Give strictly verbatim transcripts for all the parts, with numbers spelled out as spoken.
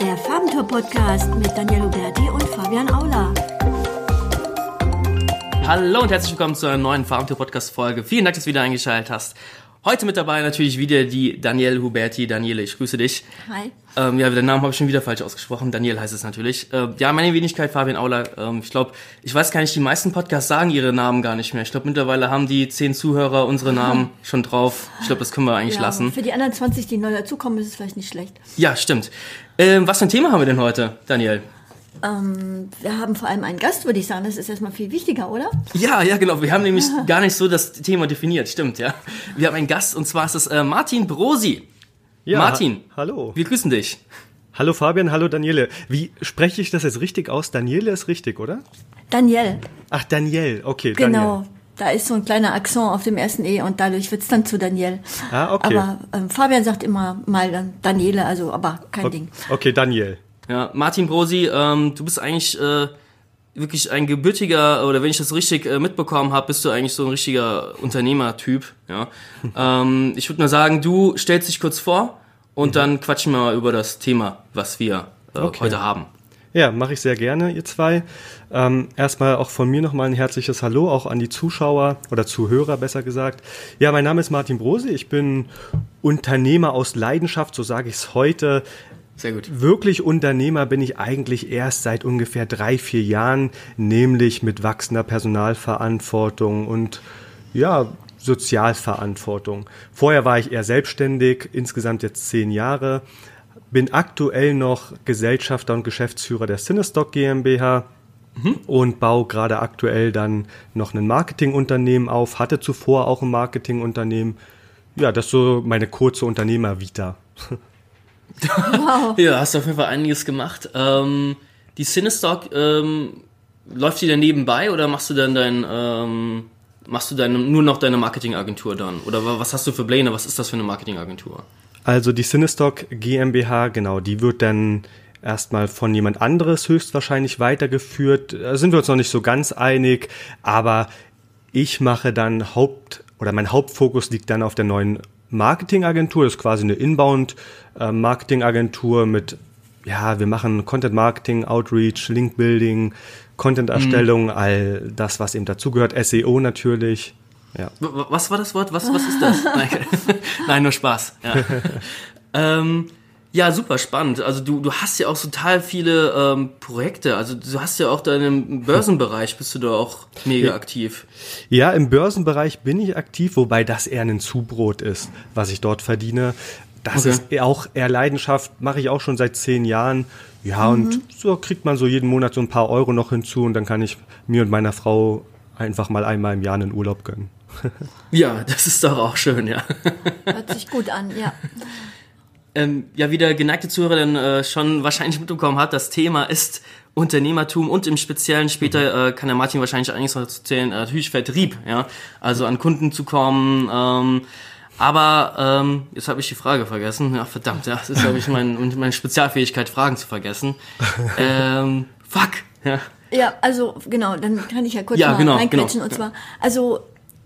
Der Farbentour-Podcast mit Daniel Huberti und Fabian Aula. Hallo und herzlich willkommen zu einer neuen Farbentour-Podcast-Folge. Vielen Dank, dass du wieder eingeschaltet hast. Heute mit dabei natürlich wieder die Daniel Huberti. Daniele, ich grüße dich. Hi. Ähm, ja, den Namen habe ich schon wieder falsch ausgesprochen. Daniel heißt es natürlich. Äh, ja, meine Wenigkeit, Fabian Aula. Ähm, ich glaube, ich weiß gar nicht, die meisten Podcasts sagen ihre Namen gar nicht mehr. Ich glaube, mittlerweile haben die zehn Zuhörer unsere Namen schon drauf. Ich glaube, das können wir eigentlich ja, lassen. Für die anderen zwanzig, die neu dazukommen, ist es vielleicht nicht schlecht. Ja, stimmt. Ähm, was für ein Thema haben wir denn heute, Daniel? Ähm, wir haben vor allem einen Gast, würde ich sagen. Das ist erstmal viel wichtiger, oder? Ja, ja, genau. Wir haben nämlich gar nicht so das Thema definiert. Stimmt, ja. Wir haben einen Gast und zwar ist es äh, Martin Brosi. Ja, Martin, ha- hallo. Wir grüßen dich. Hallo Fabian, hallo Daniele. Wie spreche ich das jetzt richtig aus? Daniele ist richtig, oder? Daniel. Ach, Daniel, okay. Genau. Daniel. Da ist so ein kleiner Akzent auf dem ersten E und dadurch wird es dann zu Daniel. Ah, okay. Aber ähm, Fabian sagt immer mal dann Daniele, also aber kein O- Ding. Okay, Daniel. Ja, Martin Brosi, ähm, du bist eigentlich äh, wirklich ein gebürtiger, oder wenn ich das richtig äh, mitbekommen habe, bist du eigentlich so ein richtiger Unternehmertyp. Ja. ähm, ich würde mal sagen, du stellst dich kurz vor und mhm. dann quatschen wir mal über das Thema, was wir äh, Okay. heute haben. Ja, mache ich sehr gerne, ihr zwei. Ähm, erstmal auch von mir nochmal ein herzliches Hallo, auch an die Zuschauer oder Zuhörer, besser gesagt. Ja, mein Name ist Martin Brosi, ich bin Unternehmer aus Leidenschaft, so sage ich es heute. Sehr gut. Wirklich Unternehmer bin ich eigentlich erst seit ungefähr drei, vier Jahren, nämlich mit wachsender Personalverantwortung und ja, Sozialverantwortung. Vorher war ich eher selbstständig, insgesamt jetzt zehn Jahre, bin aktuell noch Gesellschafter und Geschäftsführer der Cinestock GmbH mhm. und baue gerade aktuell dann noch ein Marketingunternehmen auf, hatte zuvor auch ein Marketingunternehmen. Ja, das ist so meine kurze Unternehmer-Vita. Wow. Ja, hast du auf jeden Fall einiges gemacht. Ähm, die Cinestock, ähm, läuft die dann nebenbei oder machst du dann dein, ähm, machst du deine, nur noch deine Marketingagentur dann? Oder wa- was hast du für Pläne? Was ist das für eine Marketingagentur? Also die Cinestock GmbH, genau, die wird dann erstmal von jemand anderes höchstwahrscheinlich weitergeführt. Da sind wir uns noch nicht so ganz einig, aber ich mache dann Haupt, oder mein Hauptfokus liegt dann auf der neuen Marketingagentur. Das ist quasi eine Inbound-Marketingagentur mit, ja, wir machen Content-Marketing, Outreach, Link-Building, Content-Erstellung, mhm. all das, was eben dazugehört, S E O natürlich. Ja. Was war das Wort? Was, was ist das? Nein, Nein, nur Spaß. Ja. ähm, ja, super spannend. Also du, du hast ja auch total viele ähm, Projekte. Also du hast ja auch deinen Börsenbereich, bist du da auch mega ja. aktiv. Ja, im Börsenbereich bin ich aktiv, wobei das eher ein Zubrot ist, was ich dort verdiene. Das Okay. ist auch eher Leidenschaft, mache ich auch schon seit zehn Jahren. Ja, Mhm. und so kriegt man so jeden Monat so ein paar Euro noch hinzu und dann kann ich mir und meiner Frau einfach mal einmal im Jahr einen Urlaub gönnen. Ja, das ist doch auch schön, ja. Hört sich gut an, ja. Ähm, ja, wie der geneigte Zuhörer dann äh, schon wahrscheinlich mitbekommen hat, das Thema ist Unternehmertum und im Speziellen später äh, kann der Martin wahrscheinlich einiges noch dazu erzählen, äh, natürlich Vertrieb, ja, also an Kunden zu kommen, ähm, aber ähm, jetzt habe ich die Frage vergessen, ja verdammt, ja, das ist glaube ich mein, meine Spezialfähigkeit, Fragen zu vergessen, ähm, fuck, ja. Ja, also genau, dann kann ich ja kurz Ja, mal genau, reinquetschen. genau. Und zwar, also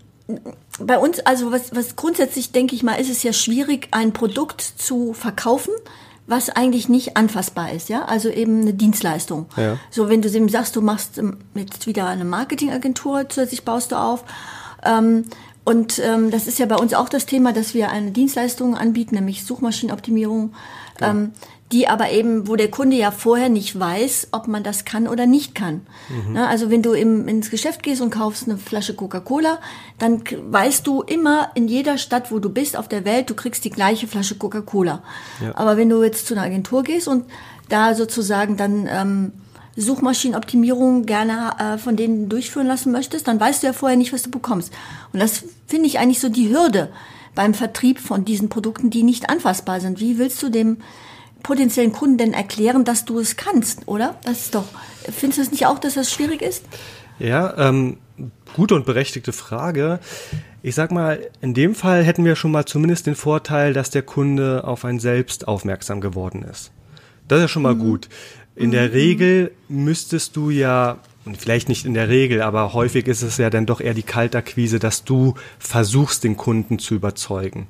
bei uns, also was, was grundsätzlich, denke ich mal, ist es ja schwierig, ein Produkt zu verkaufen, was eigentlich nicht anfassbar ist, ja, also eben eine Dienstleistung. Ja. So, wenn du eben sagst, du machst ähm, jetzt wieder eine Marketingagentur, zusätzlich baust du auf, ähm, und ähm, das ist ja bei uns auch das Thema, dass wir eine Dienstleistung anbieten, nämlich Suchmaschinenoptimierung, ja. ähm, die aber eben, wo der Kunde ja vorher nicht weiß, ob man das kann oder nicht kann. Mhm. Na, also wenn du im, ins Geschäft gehst und kaufst eine Flasche Coca-Cola, dann k- weißt du immer in jeder Stadt, wo du bist auf der Welt, du kriegst die gleiche Flasche Coca-Cola. Ja. Aber wenn du jetzt zu einer Agentur gehst und da sozusagen dann ähm, Suchmaschinenoptimierung gerne äh, von denen durchführen lassen möchtest, dann weißt du ja vorher nicht, was du bekommst. Und das finde ich eigentlich so die Hürde beim Vertrieb von diesen Produkten, die nicht anfassbar sind. Wie willst du dem potenziellen Kunden denn erklären, dass du es kannst, oder? Das ist doch, findest du es nicht auch, dass das schwierig ist? Ja, ähm, gute und berechtigte Frage. Ich sag mal, in dem Fall hätten wir schon mal zumindest den Vorteil, dass der Kunde auf einen selbst aufmerksam geworden ist. Das ist ja schon mal mhm. gut. In mhm. der Regel müsstest du ja, und vielleicht nicht in der Regel, aber häufig ist es ja dann doch eher die Kaltakquise, dass du versuchst, den Kunden zu überzeugen.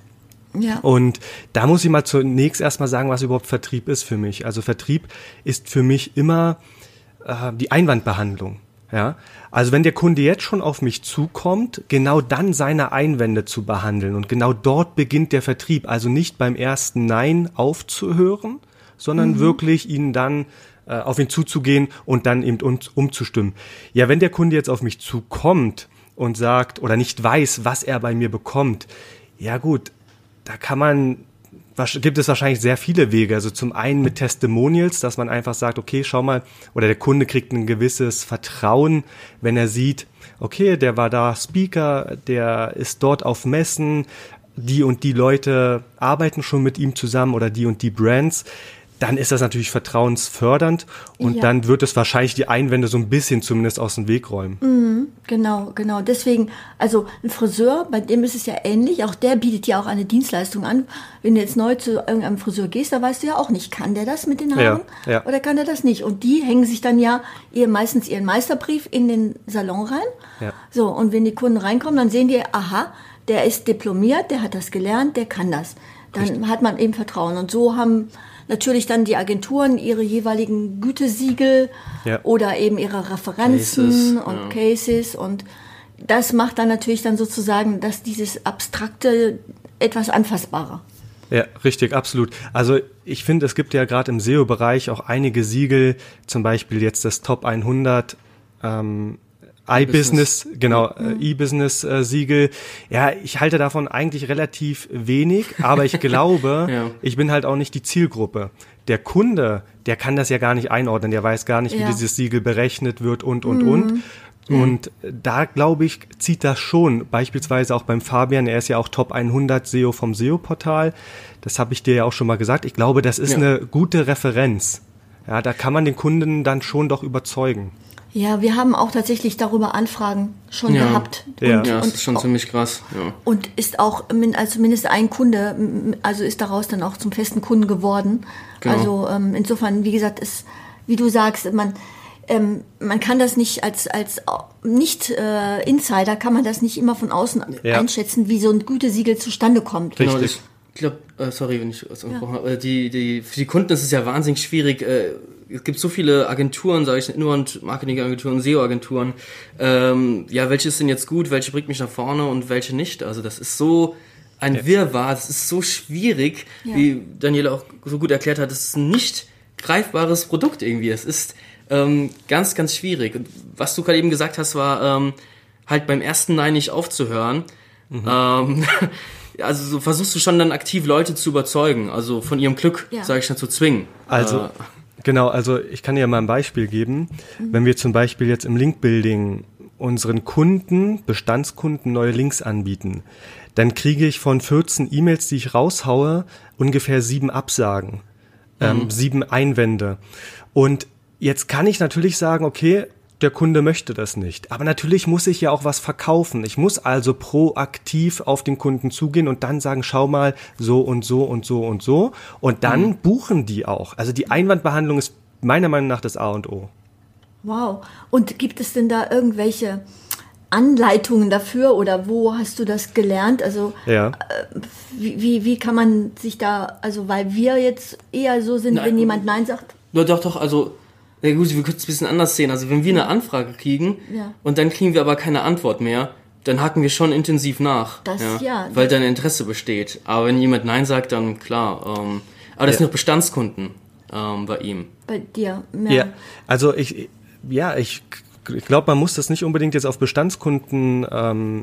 Ja. Und da muss ich mal zunächst erstmal sagen, was überhaupt Vertrieb ist für mich. Also Vertrieb ist für mich immer äh, die Einwandbehandlung. Ja, also wenn der Kunde jetzt schon auf mich zukommt, genau dann seine Einwände zu behandeln und genau dort beginnt der Vertrieb. Also nicht beim ersten Nein aufzuhören, sondern mhm. wirklich ihn dann äh, auf ihn zuzugehen und dann eben um, umzustimmen. Ja, wenn der Kunde jetzt auf mich zukommt und sagt oder nicht weiß, was er bei mir bekommt, ja gut, da kann man gibt es wahrscheinlich sehr viele Wege. Also zum einen mit Testimonials, dass man einfach sagt, okay, schau mal, oder der Kunde kriegt ein gewisses Vertrauen, wenn er sieht, okay, der war da Speaker, der ist dort auf Messen, die und die Leute arbeiten schon mit ihm zusammen oder die und die Brands. Dann ist das natürlich vertrauensfördernd und ja. dann wird es wahrscheinlich die Einwände so ein bisschen zumindest aus dem Weg räumen. Mhm, genau, genau. Deswegen, also ein Friseur, bei dem ist es ja ähnlich, auch der bietet ja auch eine Dienstleistung an. Wenn du jetzt neu zu irgendeinem Friseur gehst, da weißt du ja auch nicht, kann der das mit den Haaren ja, ja. oder kann der das nicht? Und die hängen sich dann ja ihr, meistens ihren Meisterbrief in den Salon rein. Ja. So, und wenn die Kunden reinkommen, dann sehen die, aha, der ist diplomiert, der hat das gelernt, der kann das. Dann Richtig. Hat man eben Vertrauen. Und so haben natürlich dann die Agenturen ihre jeweiligen Gütesiegel ja. oder eben ihre Referenzen Cases, und ja. Cases und das macht dann natürlich dann sozusagen, dass dieses Abstrakte etwas anfassbarer. Ja, richtig, absolut. Also ich finde, es gibt ja gerade im S E O-Bereich auch einige Siegel, zum Beispiel jetzt das Top hundert, ähm, iBusiness, genau, mhm. E-Business-Siegel. Ja, ich halte davon eigentlich relativ wenig, aber ich glaube, ja. ich bin halt auch nicht die Zielgruppe. Der Kunde, der kann das ja gar nicht einordnen, der weiß gar nicht, ja. wie dieses Siegel berechnet wird und, und, mhm. und. Und da, glaube ich, zieht das schon, beispielsweise auch beim Fabian, er ist ja auch Top hundert S E O vom S E O-Portal. Das habe ich dir ja auch schon mal gesagt. Ich glaube, das ist ja. eine gute Referenz. Ja, da kann man den Kunden dann schon doch überzeugen. Ja, wir haben auch tatsächlich darüber Anfragen schon ja. gehabt. Und, ja, ja, das und ist schon auch, ziemlich krass. Ja. Und ist auch, also zumindest ein Kunde, also ist daraus dann auch zum festen Kunden geworden. Genau. Also ähm, insofern, wie gesagt, ist, wie du sagst, man, ähm, man kann das nicht als als nicht äh, Insider kann man das nicht immer von außen ja. einschätzen, wie so ein Gütesiegel zustande kommt. Genau, ich glaube, äh, sorry, wenn ich was angesprochen ja. habe. Die, die, für die Kunden ist es ja wahnsinnig schwierig. Äh, Es gibt so viele Agenturen, sage ich, Inbound Marketing-Agenturen, S E O-Agenturen. Ähm, ja, welche ist denn jetzt gut, welche bringt mich nach vorne und welche nicht? Also das ist so ein ja. Wirrwarr, das ist so schwierig, ja. wie Daniela auch so gut erklärt hat. Das ist ein nicht greifbares Produkt irgendwie. Es ist ähm, ganz, ganz schwierig. Und was du gerade eben gesagt hast, war ähm, halt beim ersten Nein nicht aufzuhören. Mhm. Ähm, also so versuchst du schon dann aktiv Leute zu überzeugen, also von ihrem Glück, ja. sage ich dann, zu zwingen. Also äh, Genau, also ich kann dir mal ein Beispiel geben. Mhm. Wenn wir zum Beispiel jetzt im Link-Building unseren Kunden, Bestandskunden, neue Links anbieten, dann kriege ich von vierzehn E-Mails, die ich raushaue, ungefähr sieben Absagen, mhm. ähm, sieben Einwände. Und jetzt kann ich natürlich sagen, okay, der Kunde möchte das nicht. Aber natürlich muss ich ja auch was verkaufen. Ich muss also proaktiv auf den Kunden zugehen und dann sagen, schau mal, so und so und so und so. Und dann mhm. buchen die auch. Also die Einwandbehandlung ist meiner Meinung nach das A und O. Wow. Und gibt es denn da irgendwelche Anleitungen dafür oder wo hast du das gelernt? Also ja. äh, wie, wie, wie kann man sich da, also weil wir jetzt eher so sind, Nein. wenn jemand Nein sagt? Doch, doch, doch, also ja gut, wir können es ein bisschen anders sehen. Also wenn wir eine Anfrage kriegen ja. und dann kriegen wir aber keine Antwort mehr, dann haken wir schon intensiv nach. Das, ja, ja weil dann Interesse besteht. Aber wenn jemand Nein sagt, dann klar. Ähm, aber das ja. sind noch Bestandskunden ähm, bei ihm. Bei dir, ja. ja. Also ich, ja, ich, ich glaube, man muss das nicht unbedingt jetzt auf Bestandskunden ähm,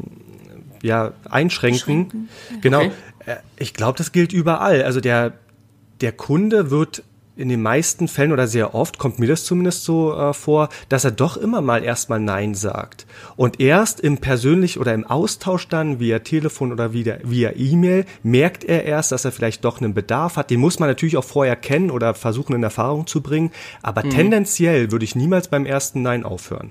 ja, einschränken. Ja. Genau. Okay. Ich glaube, das gilt überall. Also der, der Kunde wird in den meisten Fällen oder sehr oft, kommt mir das zumindest so äh, vor, dass er doch immer mal erstmal Nein sagt. Und erst im persönlich oder im Austausch dann via Telefon oder via, via E-Mail merkt er erst, dass er vielleicht doch einen Bedarf hat. Den muss man natürlich auch vorher kennen oder versuchen in Erfahrung zu bringen. Aber mhm. tendenziell würde ich niemals beim ersten Nein aufhören.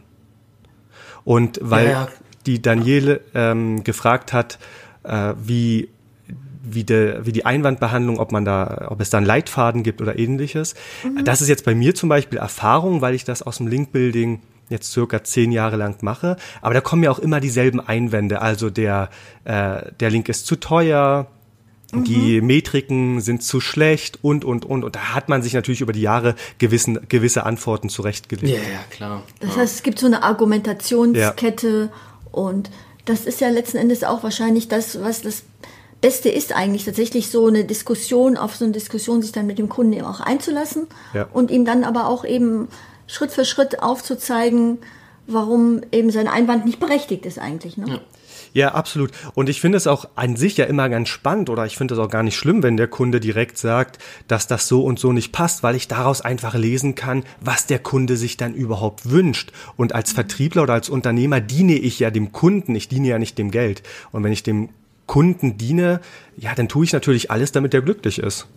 Und weil ja, ja. die Daniele ähm, gefragt hat, äh, wie wie de, wie die Einwandbehandlung, ob man da, ob es da einen Leitfaden gibt oder ähnliches. Mhm. Das ist jetzt bei mir zum Beispiel Erfahrung, weil ich das aus dem Link-Building jetzt circa zehn Jahre lang mache. Aber da kommen ja auch immer dieselben Einwände. Also der, äh, der Link ist zu teuer, die Metriken sind zu schlecht und, und, und. Und da hat man sich natürlich über die Jahre gewissen, gewisse Antworten zurechtgelegt. Ja, ja, klar. Das heißt, es gibt so eine Argumentationskette ja. und das ist ja letzten Endes auch wahrscheinlich das, was das Beste ist eigentlich, tatsächlich so eine Diskussion, auf so eine Diskussion sich dann mit dem Kunden eben auch einzulassen ja. und ihm dann aber auch eben Schritt für Schritt aufzuzeigen, warum eben sein Einwand nicht berechtigt ist eigentlich, ne? Ja. Ja, absolut. Und ich finde es auch an sich ja immer ganz spannend oder ich finde es auch gar nicht schlimm, wenn der Kunde direkt sagt, dass das so und so nicht passt, weil ich daraus einfach lesen kann, was der Kunde sich dann überhaupt wünscht. Und als Vertriebler oder als Unternehmer diene ich ja dem Kunden, ich diene ja nicht dem Geld. Und wenn ich dem Kunden diene, ja, dann tue ich natürlich alles, damit er glücklich ist.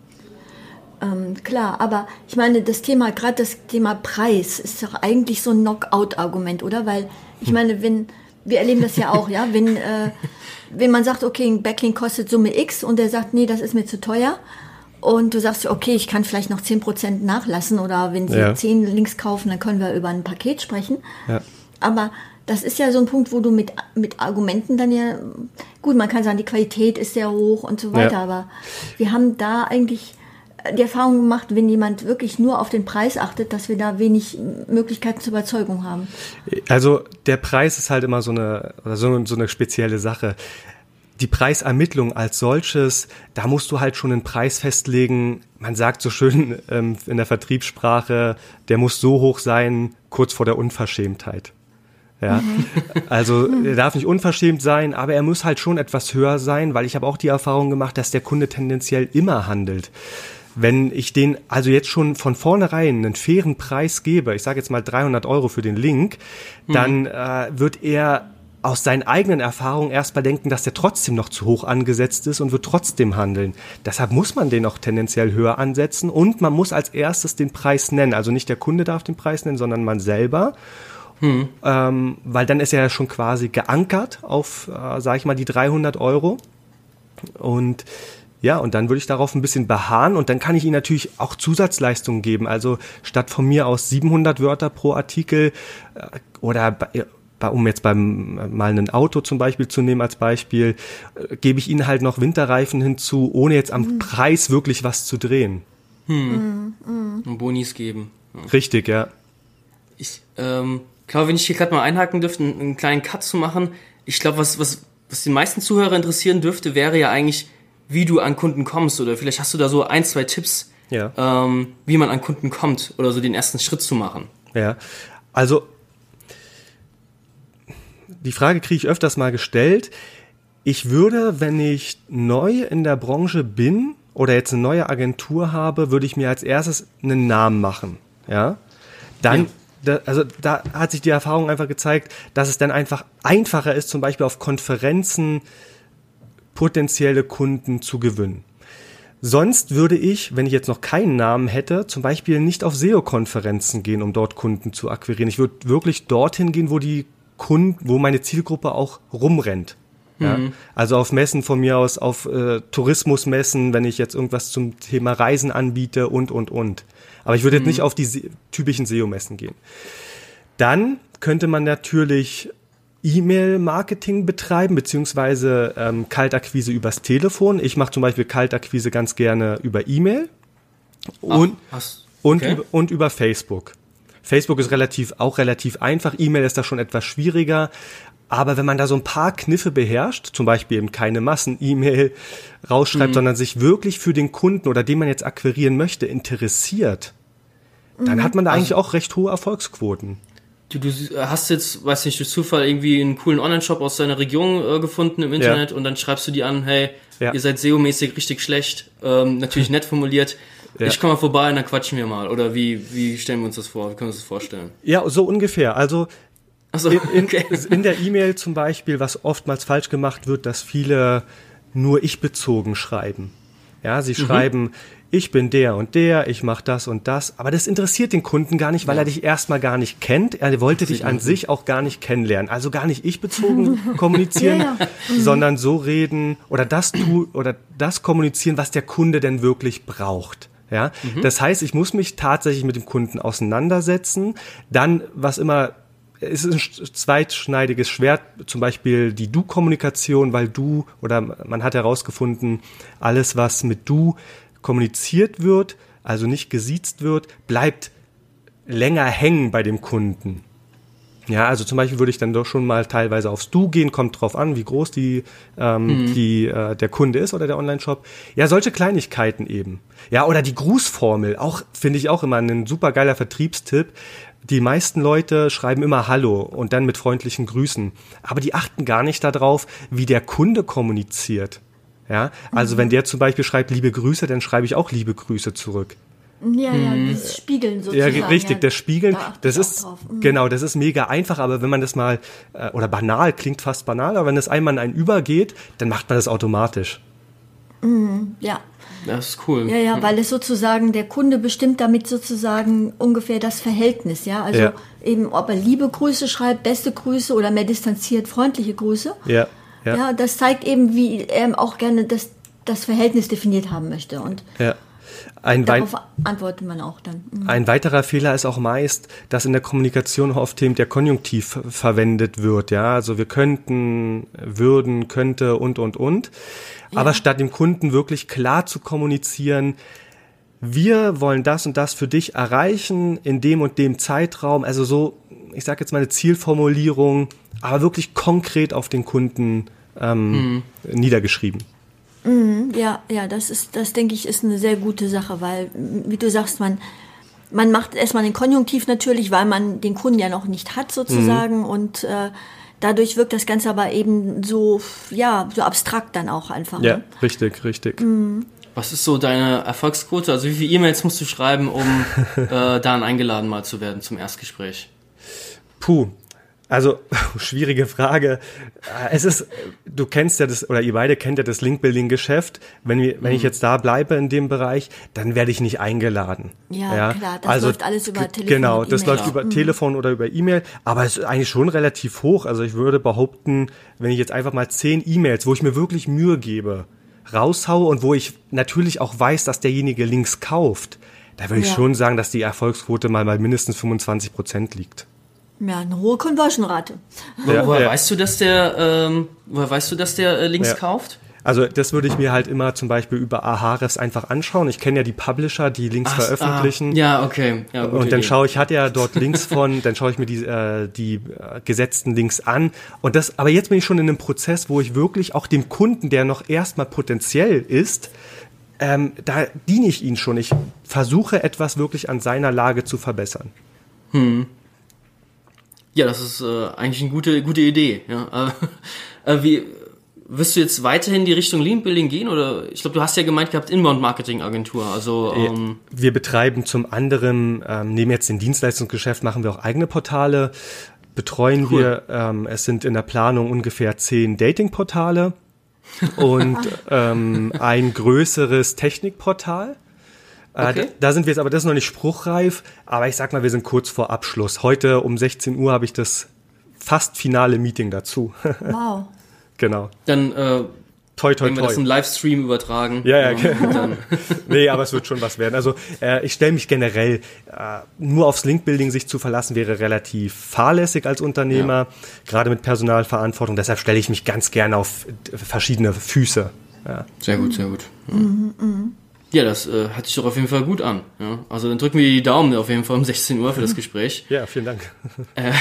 Ähm, klar, aber ich meine, das Thema, gerade das Thema Preis ist doch eigentlich so ein Knockout-Argument, oder? Weil ich meine, wenn wir erleben das ja auch, ja, wenn, äh, wenn man sagt, okay, ein Backlink kostet Summe X und der sagt, nee, das ist mir zu teuer und du sagst, okay, ich kann vielleicht noch zehn Prozent nachlassen oder wenn sie ja. zehn Links kaufen, dann können wir über ein Paket sprechen. Ja. Aber das ist ja so ein Punkt, wo du mit, mit Argumenten dann ja, gut, man kann sagen, die Qualität ist sehr hoch und so weiter, ja. aber wir haben da eigentlich die Erfahrung gemacht, wenn jemand wirklich nur auf den Preis achtet, dass wir da wenig Möglichkeiten zur Überzeugung haben. Also der Preis ist halt immer so eine, oder so, so eine spezielle Sache. Die Preisermittlung als solches, da musst du halt schon einen Preis festlegen. Man sagt so schön ähm, in der Vertriebssprache, der muss so hoch sein, kurz vor der Unverschämtheit. Ja, mhm. also er darf nicht unverschämt sein, aber er muss halt schon etwas höher sein, weil ich habe auch die Erfahrung gemacht, dass der Kunde tendenziell immer handelt. Wenn ich den also jetzt schon von vornherein einen fairen Preis gebe, ich sage jetzt mal dreihundert Euro für den Link, mhm. dann äh, wird er aus seinen eigenen Erfahrungen erstmal denken, dass der trotzdem noch zu hoch angesetzt ist und wird trotzdem handeln. Deshalb muss man den auch tendenziell höher ansetzen und man muss als erstes den Preis nennen. Also nicht der Kunde darf den Preis nennen, sondern man selber. Mhm. Ähm, weil dann ist er ja schon quasi geankert auf, äh, sage ich mal, die dreihundert Euro. Und ja, und dann würde ich darauf ein bisschen beharren und dann kann ich Ihnen natürlich auch Zusatzleistungen geben. Also statt von mir aus siebenhundert Wörter pro Artikel äh, oder bei, bei, um jetzt beim mal ein Auto zum Beispiel zu nehmen als Beispiel, äh, gebe ich Ihnen halt noch Winterreifen hinzu, ohne jetzt am mhm. Preis wirklich was zu drehen. Hm. Mhm. Und Bonis geben. Ja. Richtig, ja. Ich ähm, glaube, wenn ich hier gerade mal einhaken dürfte, einen, einen kleinen Cut zu machen, ich glaube, was, was, was die meisten Zuhörer interessieren dürfte, wäre ja eigentlich, wie du an Kunden kommst oder vielleicht hast du da so ein, zwei Tipps, ja. ähm, wie man an Kunden kommt oder so den ersten Schritt zu machen. Ja, also die Frage kriege ich öfters mal gestellt. Ich würde, wenn ich neu in der Branche bin oder jetzt eine neue Agentur habe, würde ich mir als erstes einen Namen machen. Ja, dann ja. Da, also da hat sich die Erfahrung einfach gezeigt, dass es dann einfach einfacher ist, zum Beispiel auf Konferenzen potenzielle Kunden zu gewinnen. Sonst würde ich, wenn ich jetzt noch keinen Namen hätte, zum Beispiel nicht auf S E O-Konferenzen gehen, um dort Kunden zu akquirieren. Ich würde wirklich dorthin gehen, wo die Kunden, wo meine Zielgruppe auch rumrennt. Ja? Mhm. Also auf Messen von mir aus, auf äh, Tourismusmessen, wenn ich jetzt irgendwas zum Thema Reisen anbiete und, und, und. Aber ich würde mhm. jetzt nicht auf die se- typischen S E O-Messen gehen. Dann könnte man natürlich E-Mail-Marketing betreiben, beziehungsweise ähm, Kaltakquise übers Telefon. Ich mache zum Beispiel Kaltakquise ganz gerne über E-Mail und, Ach, und, okay. über, und über Facebook. Facebook ist relativ auch relativ einfach, E-Mail ist da schon etwas schwieriger, aber wenn man da so ein paar Kniffe beherrscht, zum Beispiel eben keine Massen-E-Mail rausschreibt, mhm. sondern sich wirklich für den Kunden oder den man jetzt akquirieren möchte, interessiert, mhm. dann hat man da eigentlich also auch recht hohe Erfolgsquoten. Du, du hast jetzt, weiß nicht, durch Zufall irgendwie einen coolen Online-Shop aus deiner Region äh, gefunden im Internet ja. und dann schreibst du die an, hey, ja. ihr seid S E O-mäßig richtig schlecht, ähm, natürlich nett formuliert, ja. ich komme mal vorbei und dann quatschen wir mal. Oder wie, wie stellen wir uns das vor? Wie können wir uns das vorstellen? Ja, so ungefähr. Also Ach so, in, okay. in, in der E-Mail zum Beispiel, was oftmals falsch gemacht wird, dass viele nur ich-bezogen schreiben. Ja, sie mhm. schreiben, ich bin der und der, ich mache das und das. Aber das interessiert den Kunden gar nicht, weil ja. er dich erstmal gar nicht kennt. Er wollte dich an sich auch gar nicht kennenlernen. Also gar nicht ich-bezogen kommunizieren, ja, ja. Mhm. sondern so reden oder das tu, oder das kommunizieren, was der Kunde denn wirklich braucht. Ja, mhm. das heißt, ich muss mich tatsächlich mit dem Kunden auseinandersetzen. Dann, was immer es ist ein zweitschneidiges Schwert, zum Beispiel die Du-Kommunikation, weil du, oder man hat herausgefunden, alles, was mit Du kommuniziert wird, also nicht gesiezt wird, bleibt länger hängen bei dem Kunden. Ja, also zum Beispiel würde ich dann doch schon mal teilweise aufs Du gehen, kommt drauf an, wie groß die, ähm, mhm. die äh, der Kunde ist oder der Online-Shop. Ja, solche Kleinigkeiten eben. Ja, oder die Grußformel, auch finde ich auch immer ein super geiler Vertriebstipp. Die meisten Leute schreiben immer Hallo und dann mit freundlichen Grüßen. Aber die achten gar nicht darauf, wie der Kunde kommuniziert. Ja, also mhm. wenn der zum Beispiel schreibt liebe Grüße, dann schreibe ich auch liebe Grüße zurück. Ja, ja, das Spiegeln sozusagen. Ja, richtig, ja, das Spiegeln, da das ist, mhm. genau, das ist mega einfach, aber wenn man das mal, äh, oder banal, klingt fast banal, aber wenn das einmal in einen übergeht, dann macht man das automatisch. Mhm, ja. Das ist cool. Ja, ja, weil es sozusagen, der Kunde bestimmt damit sozusagen ungefähr das Verhältnis, ja, also ja. eben, ob er liebe Grüße schreibt, beste Grüße oder mehr distanziert freundliche Grüße. Ja, ja. Ja, das zeigt eben, wie er auch gerne das, das Verhältnis definiert haben möchte und ja. Ein darauf antwortet man auch dann. Mhm. Ein weiterer Fehler ist auch meist, dass in der Kommunikation oft eben der Konjunktiv verwendet wird. Ja, also wir könnten, würden, könnte und, und, und. Ja. Aber statt dem Kunden wirklich klar zu kommunizieren, wir wollen das und das für dich erreichen in dem und dem Zeitraum. Also so, ich sage jetzt mal eine Zielformulierung, aber wirklich konkret auf den Kunden ähm, mhm. niedergeschrieben. Mhm, ja, ja, das ist, das denke ich, ist eine sehr gute Sache, weil, wie du sagst, man, man macht erstmal den Konjunktiv natürlich, weil man den Kunden ja noch nicht hat sozusagen mhm. und äh, dadurch wirkt das Ganze aber eben so, ja, so abstrakt dann auch einfach. Ja, ne? richtig, richtig. Mhm. Was ist so deine Erfolgsquote? Also wie viele E-Mails musst du schreiben, um äh, dann eingeladen mal zu werden zum Erstgespräch? Puh. Also, schwierige Frage. Es ist, du kennst ja das, oder ihr beide kennt ja das Link-Building-Geschäft. Wenn, wir, wenn ich jetzt da bleibe in dem Bereich, dann werde ich nicht eingeladen. Ja, ja? klar, das also, läuft alles über Telefon. Genau, das läuft ja. über mhm. Telefon oder über E-Mail, aber es ist eigentlich schon relativ hoch. Also ich würde behaupten, wenn ich jetzt einfach mal zehn E-Mails, wo ich mir wirklich Mühe gebe, raushaue und wo ich natürlich auch weiß, dass derjenige Links kauft, da würde ich ja. schon sagen, dass die Erfolgsquote mal bei mindestens fünfundzwanzig Prozent liegt. Ja, eine hohe Conversion-Rate. Wo, Ja, woher ja. weißt du, dass der, ähm, woher weißt du, dass der äh, Links Ja. kauft? Also das würde ich mir halt immer zum Beispiel über Ahrefs einfach anschauen. Ich kenne ja die Publisher, die Links Ach, veröffentlichen. Ah, ja, okay. Ja, gute und dann Idee. schaue ich, hat er dort Links von, dann schaue ich mir die, äh, die äh, gesetzten Links an. Und das, aber jetzt bin ich schon in einem Prozess, wo ich wirklich auch dem Kunden, der noch erstmal potenziell ist, ähm, da diene ich ihn schon. Ich versuche etwas wirklich an seiner Lage zu verbessern. Hm. Ja, das ist äh, eigentlich eine gute, gute Idee. Ja. Äh, äh, wie wirst du jetzt weiterhin in die Richtung Link Building gehen? Oder ich glaube, du hast ja gemeint gehabt, Inbound-Marketing-Agentur. Also ähm wir betreiben zum anderen, ähm, neben jetzt dem Dienstleistungsgeschäft, machen wir auch eigene Portale, betreuen cool. wir, ähm, es sind in der Planung ungefähr zehn Dating-Portale und ähm, ein größeres Technikportal. Okay. Äh, da sind wir jetzt, aber das ist noch nicht spruchreif, aber ich sag mal, wir sind kurz vor Abschluss. Heute um sechzehn Uhr habe ich das fast finale Meeting dazu. Wow. Genau. Dann äh, toi, toi, wenn wir toi. das im Livestream übertragen. Ja, ja, ja genau. dann. Nee, aber es wird schon was werden. Also äh, ich stelle mich generell, äh, nur aufs Link-Building sich zu verlassen, wäre relativ fahrlässig als Unternehmer, ja. gerade mit Personalverantwortung. Deshalb stelle ich mich ganz gerne auf verschiedene Füße. Ja. Sehr gut, sehr gut. Ja, mhm, mhm. ja das äh, hört sich doch auf jeden Fall gut an. Ja. Also dann drücken wir die Daumen auf jeden Fall um sechzehn Uhr für das Gespräch. Ja, vielen Dank. Äh,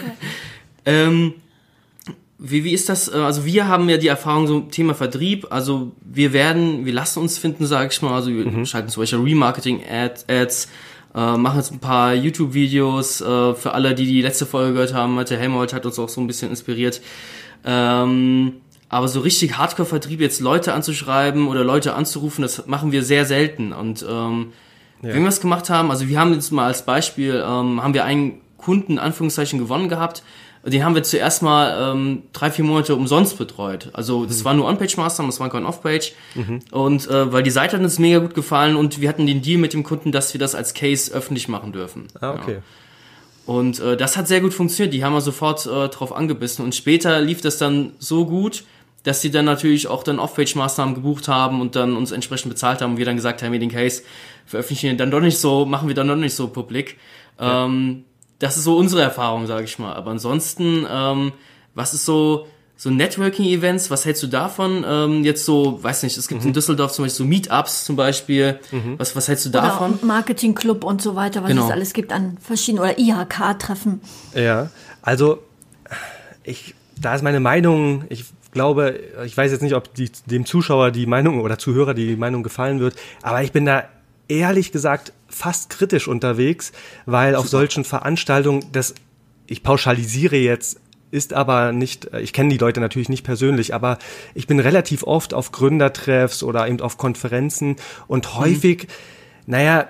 ähm, Wie, wie ist das? Also wir haben ja die Erfahrung so im Thema Vertrieb. Also wir werden, wir lassen uns finden, sage ich mal. Also wir mhm. schalten zum Beispiel Remarketing-Ads, äh, machen jetzt ein paar YouTube-Videos. Äh, für alle, die die letzte Folge gehört haben, Malte Helmholtz hat uns auch so ein bisschen inspiriert. Ähm, aber so richtig Hardcore-Vertrieb, jetzt Leute anzuschreiben oder Leute anzurufen, das machen wir sehr selten. Und ähm, ja. wenn wir es gemacht haben, also wir haben jetzt mal als Beispiel, ähm, haben wir einen Kunden in Anführungszeichen gewonnen gehabt. Den haben wir zuerst mal ähm, drei, vier Monate umsonst betreut. Also das mhm. war nur On-Page-Maßnahmen, das war kein Off-Page. Mhm. Und äh, weil die Seite hat uns mega gut gefallen und wir hatten den Deal mit dem Kunden, dass wir das als Case öffentlich machen dürfen. Ah, okay. Ja. Und äh, das hat sehr gut funktioniert. Die haben wir sofort äh, drauf angebissen. Und später lief das dann so gut, dass sie dann natürlich auch dann Off-Page-Maßnahmen gebucht haben und dann uns entsprechend bezahlt haben und wir dann gesagt haben, wir den Case veröffentlichen dann doch nicht so, machen wir dann doch nicht so publik. Ja. Ähm, das ist so unsere Erfahrung, sage ich mal. Aber ansonsten, ähm, was ist so so Networking-Events, was hältst du davon? Ähm, jetzt so, weiß nicht, es gibt mhm. in Düsseldorf zum Beispiel so Meetups zum Beispiel. Mhm. Was, was hältst du davon? Oder Marketing-Club und so weiter, was genau. es alles gibt an verschiedenen, oder I H K-Treffen. Ja, also ich, da ist meine Meinung, ich glaube, ich weiß jetzt nicht, ob die, dem Zuschauer die Meinung oder Zuhörer die Meinung gefallen wird, aber ich bin da ehrlich gesagt fast kritisch unterwegs, weil Super. auf solchen Veranstaltungen, das, ich pauschalisiere jetzt, ist aber nicht, ich kenne die Leute natürlich nicht persönlich, aber ich bin relativ oft auf Gründertreffs oder eben auf Konferenzen und häufig, mhm. naja,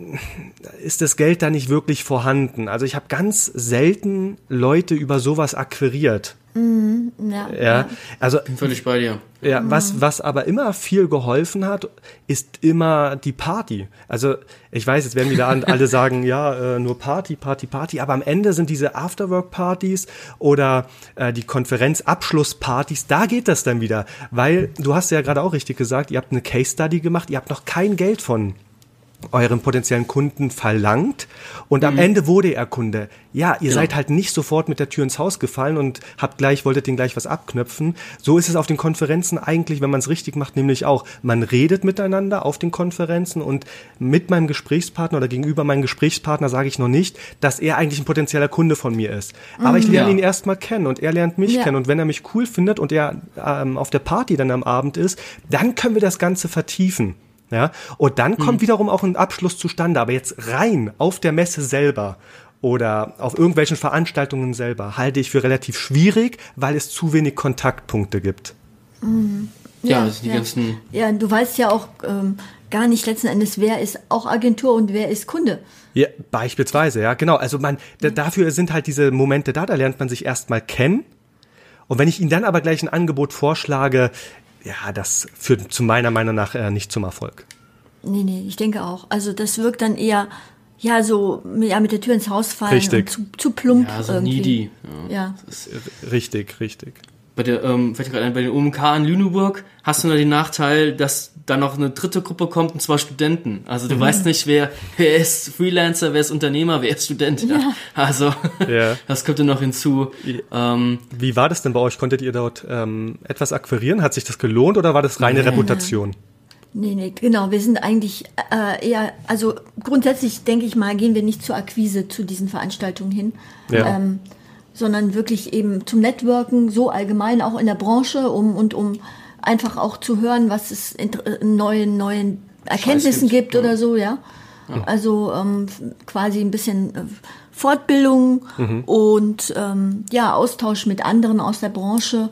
ist das Geld da nicht wirklich vorhanden. Also ich habe ganz selten Leute über sowas akquiriert. Mhm, ja, ja, ja, also bin völlig bei dir. Ja, mhm. was was aber immer viel geholfen hat, ist immer die Party. Also ich weiß, jetzt werden wieder alle sagen, ja, äh, nur Party, Party, Party, aber am Ende sind diese Afterwork-Partys oder äh, die Konferenzabschlusspartys, da geht das dann wieder, weil du hast ja gerade auch richtig gesagt, ihr habt eine Case-Study gemacht, ihr habt noch kein Geld von euren potenziellen Kunden verlangt und am mhm. Ende wurde er Kunde. Ja, ihr genau. seid halt nicht sofort mit der Tür ins Haus gefallen und habt gleich, wolltet den gleich was abknöpfen. So ist es auf den Konferenzen eigentlich, wenn man es richtig macht, nämlich auch. Man redet miteinander auf den Konferenzen und mit meinem Gesprächspartner oder gegenüber meinem Gesprächspartner sage ich noch nicht, dass er eigentlich ein potenzieller Kunde von mir ist. Mhm. Aber ich lerne ja. ihn erstmal kennen und er lernt mich ja. kennen und wenn er mich cool findet und er ähm, auf der Party dann am Abend ist, dann können wir das Ganze vertiefen. Ja, und dann kommt mhm. wiederum auch ein Abschluss zustande, aber jetzt rein auf der Messe selber oder auf irgendwelchen Veranstaltungen selber halte ich für relativ schwierig, weil es zu wenig Kontaktpunkte gibt. Mhm. Ja, Ja, also die ja. ganzen. Ja, du weißt ja auch ähm, gar nicht letzten Endes, wer ist auch Agentur und wer ist Kunde. Ja, beispielsweise, ja, genau. Also man, da, dafür sind halt diese Momente da, da lernt man sich erstmal kennen. Und wenn ich Ihnen dann aber gleich ein Angebot vorschlage, ja, das führt zu meiner Meinung nach äh, nicht zum Erfolg. Nee, nee, ich denke auch. Also das wirkt dann eher, ja, so ja, mit der Tür ins Haus fallen. Richtig. Und zu, zu plump Ja, so irgendwie. needy. Ja. Ja. Das ist, Richtig, richtig. bei der, ähm, fällt mir gerade ein, bei den O M K in Lüneburg hast du nur den Nachteil, dass da noch eine dritte Gruppe kommt, und zwar Studenten. Also du mhm. weißt nicht, wer, wer ist Freelancer, wer ist Unternehmer, wer ist Student. Ja. Ja. Also ja. das kommt dann noch hinzu. Ähm, Wie war das denn bei euch? Konntet ihr dort ähm, etwas akquirieren? Hat sich das gelohnt oder war das reine nee, Reputation? Nee, nee, genau. Wir sind eigentlich äh, eher, also grundsätzlich denke ich mal, gehen wir nicht zur Akquise zu diesen Veranstaltungen hin. Ja. Ähm, sondern wirklich eben zum Networken, so allgemein auch in der Branche, um und um einfach auch zu hören, was es in neuen, neuen Erkenntnissen gibt, gibt oder so, ja. ja. Also ähm, quasi ein bisschen äh, Fortbildung mhm. und ähm, ja, Austausch mit anderen aus der Branche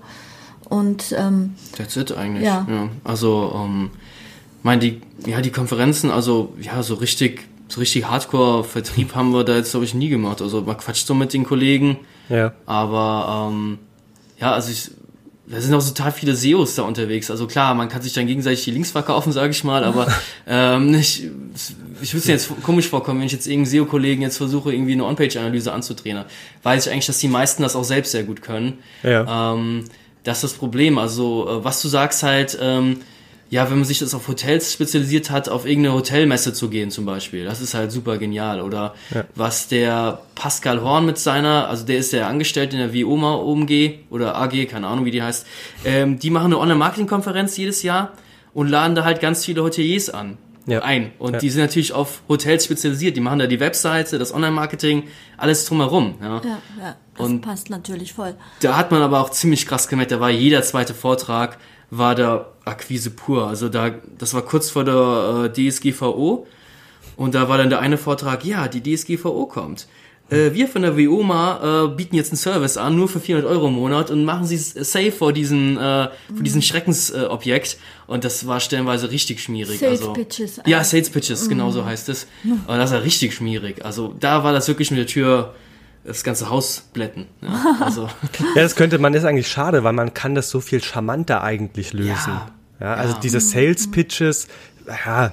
und ähm, That's it eigentlich. Ja. ja. Also, ähm, meine die, ja, die Konferenzen, also ja, so richtig, so richtig Hardcore-Vertrieb haben wir da jetzt, glaube ich, nie gemacht. Also man quatscht so mit den Kollegen. Ja. Aber ähm, ja, also ich, da sind auch total viele S E Os da unterwegs. Also klar, man kann sich dann gegenseitig die Links verkaufen, sage ich mal, aber ähm, ich, ich würde es jetzt komisch vorkommen, wenn ich jetzt irgendeinen S E O-Kollegen jetzt versuche, irgendwie eine On-Page-Analyse anzutrainieren. Weiß ich eigentlich, dass die meisten das auch selbst sehr gut können. Ja. Ähm, das ist das Problem. Also äh, was du sagst halt, ähm, ja, wenn man sich das auf Hotels spezialisiert hat, auf irgendeine Hotelmesse zu gehen zum Beispiel. Das ist halt super genial. Oder ja. was der Pascal Horn mit seiner, also der ist der Angestellte in der Vioma O M G oder A G, keine Ahnung wie die heißt, ähm, die machen eine Online-Marketing-Konferenz jedes Jahr und laden da halt ganz viele Hoteliers an. Ja. ein. Und ja. die sind natürlich auf Hotels spezialisiert. Die machen da die Webseite, das Online-Marketing, alles drumherum. Ja, ja, ja das und passt natürlich voll. Da hat man aber auch ziemlich krass gemerkt, da war jeder zweite Vortrag war da Akquise pur. Also da, das war kurz vor der äh, D S G V O und da war dann der eine Vortrag, ja, die D S G V O kommt. Äh, wir von der Vioma äh, bieten jetzt einen Service an, nur für vierhundert Euro im Monat und machen sie safe vor diesen, äh, vor diesem Schreckensobjekt. Äh, und das war stellenweise richtig schmierig. Sales also, Pitches. Ja, Sales Pitches, mm. genau so heißt es. Und das war richtig schmierig. Also da war das wirklich mit der Tür das ganze Haus blätten. Ja, also. ja, das könnte man, ist eigentlich schade, weil man kann das so viel charmanter eigentlich lösen. Ja, ja also ja. diese Sales Pitches, ja,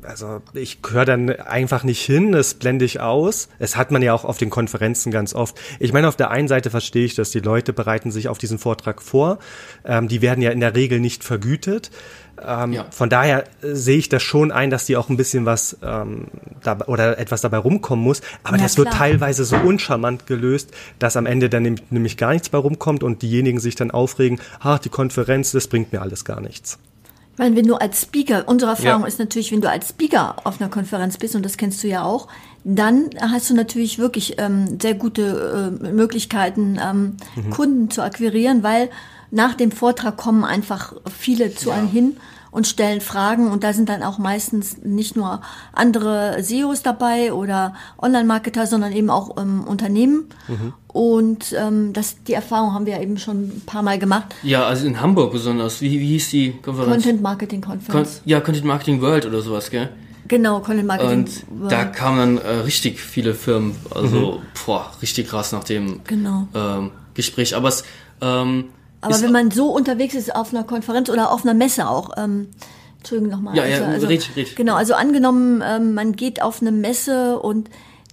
also ich höre dann einfach nicht hin, das blende ich aus. Es hat man ja auch auf den Konferenzen ganz oft. Ich meine, auf der einen Seite verstehe ich das, die Leute bereiten sich auf diesen Vortrag vor. Ähm, die werden ja in der Regel nicht vergütet. Ähm, ja. Von daher äh, sehe ich das schon ein, dass die auch ein bisschen was ähm, da, oder etwas dabei rumkommen muss. Aber ja, das klar. wird teilweise so uncharmant gelöst, dass am Ende dann nämlich, nämlich gar nichts bei rumkommt und diejenigen sich dann aufregen, ach, die Konferenz, das bringt mir alles gar nichts. Ich meine, wenn du als Speaker, unsere Erfahrung ja. ist natürlich, wenn du als Speaker auf einer Konferenz bist, und das kennst du ja auch, dann hast du natürlich wirklich ähm, sehr gute äh, Möglichkeiten, ähm, mhm. Kunden zu akquirieren, weil nach dem Vortrag kommen einfach viele zu ja. einem hin und stellen Fragen, und da sind dann auch meistens nicht nur andere S E Os dabei oder Online-Marketer, sondern eben auch ähm, Unternehmen. Mhm. Und ähm, das, die Erfahrung haben wir eben schon ein paar Mal gemacht. Ja, also in Hamburg besonders. Wie, wie hieß die Konferenz? Content Marketing Conference. Con- ja, Content Marketing World oder sowas, gell? Genau, Content Marketing und World. Da kamen dann äh, richtig viele Firmen, also mhm. boah, richtig krass nach dem genau. ähm, Gespräch. Aber es ähm, Aber wenn man so unterwegs ist auf einer Konferenz oder auf einer Messe auch, ähm, Entschuldigung nochmal. Ja, ja, also, also, red, red. Genau, also angenommen, ähm, man geht auf eine Messe, und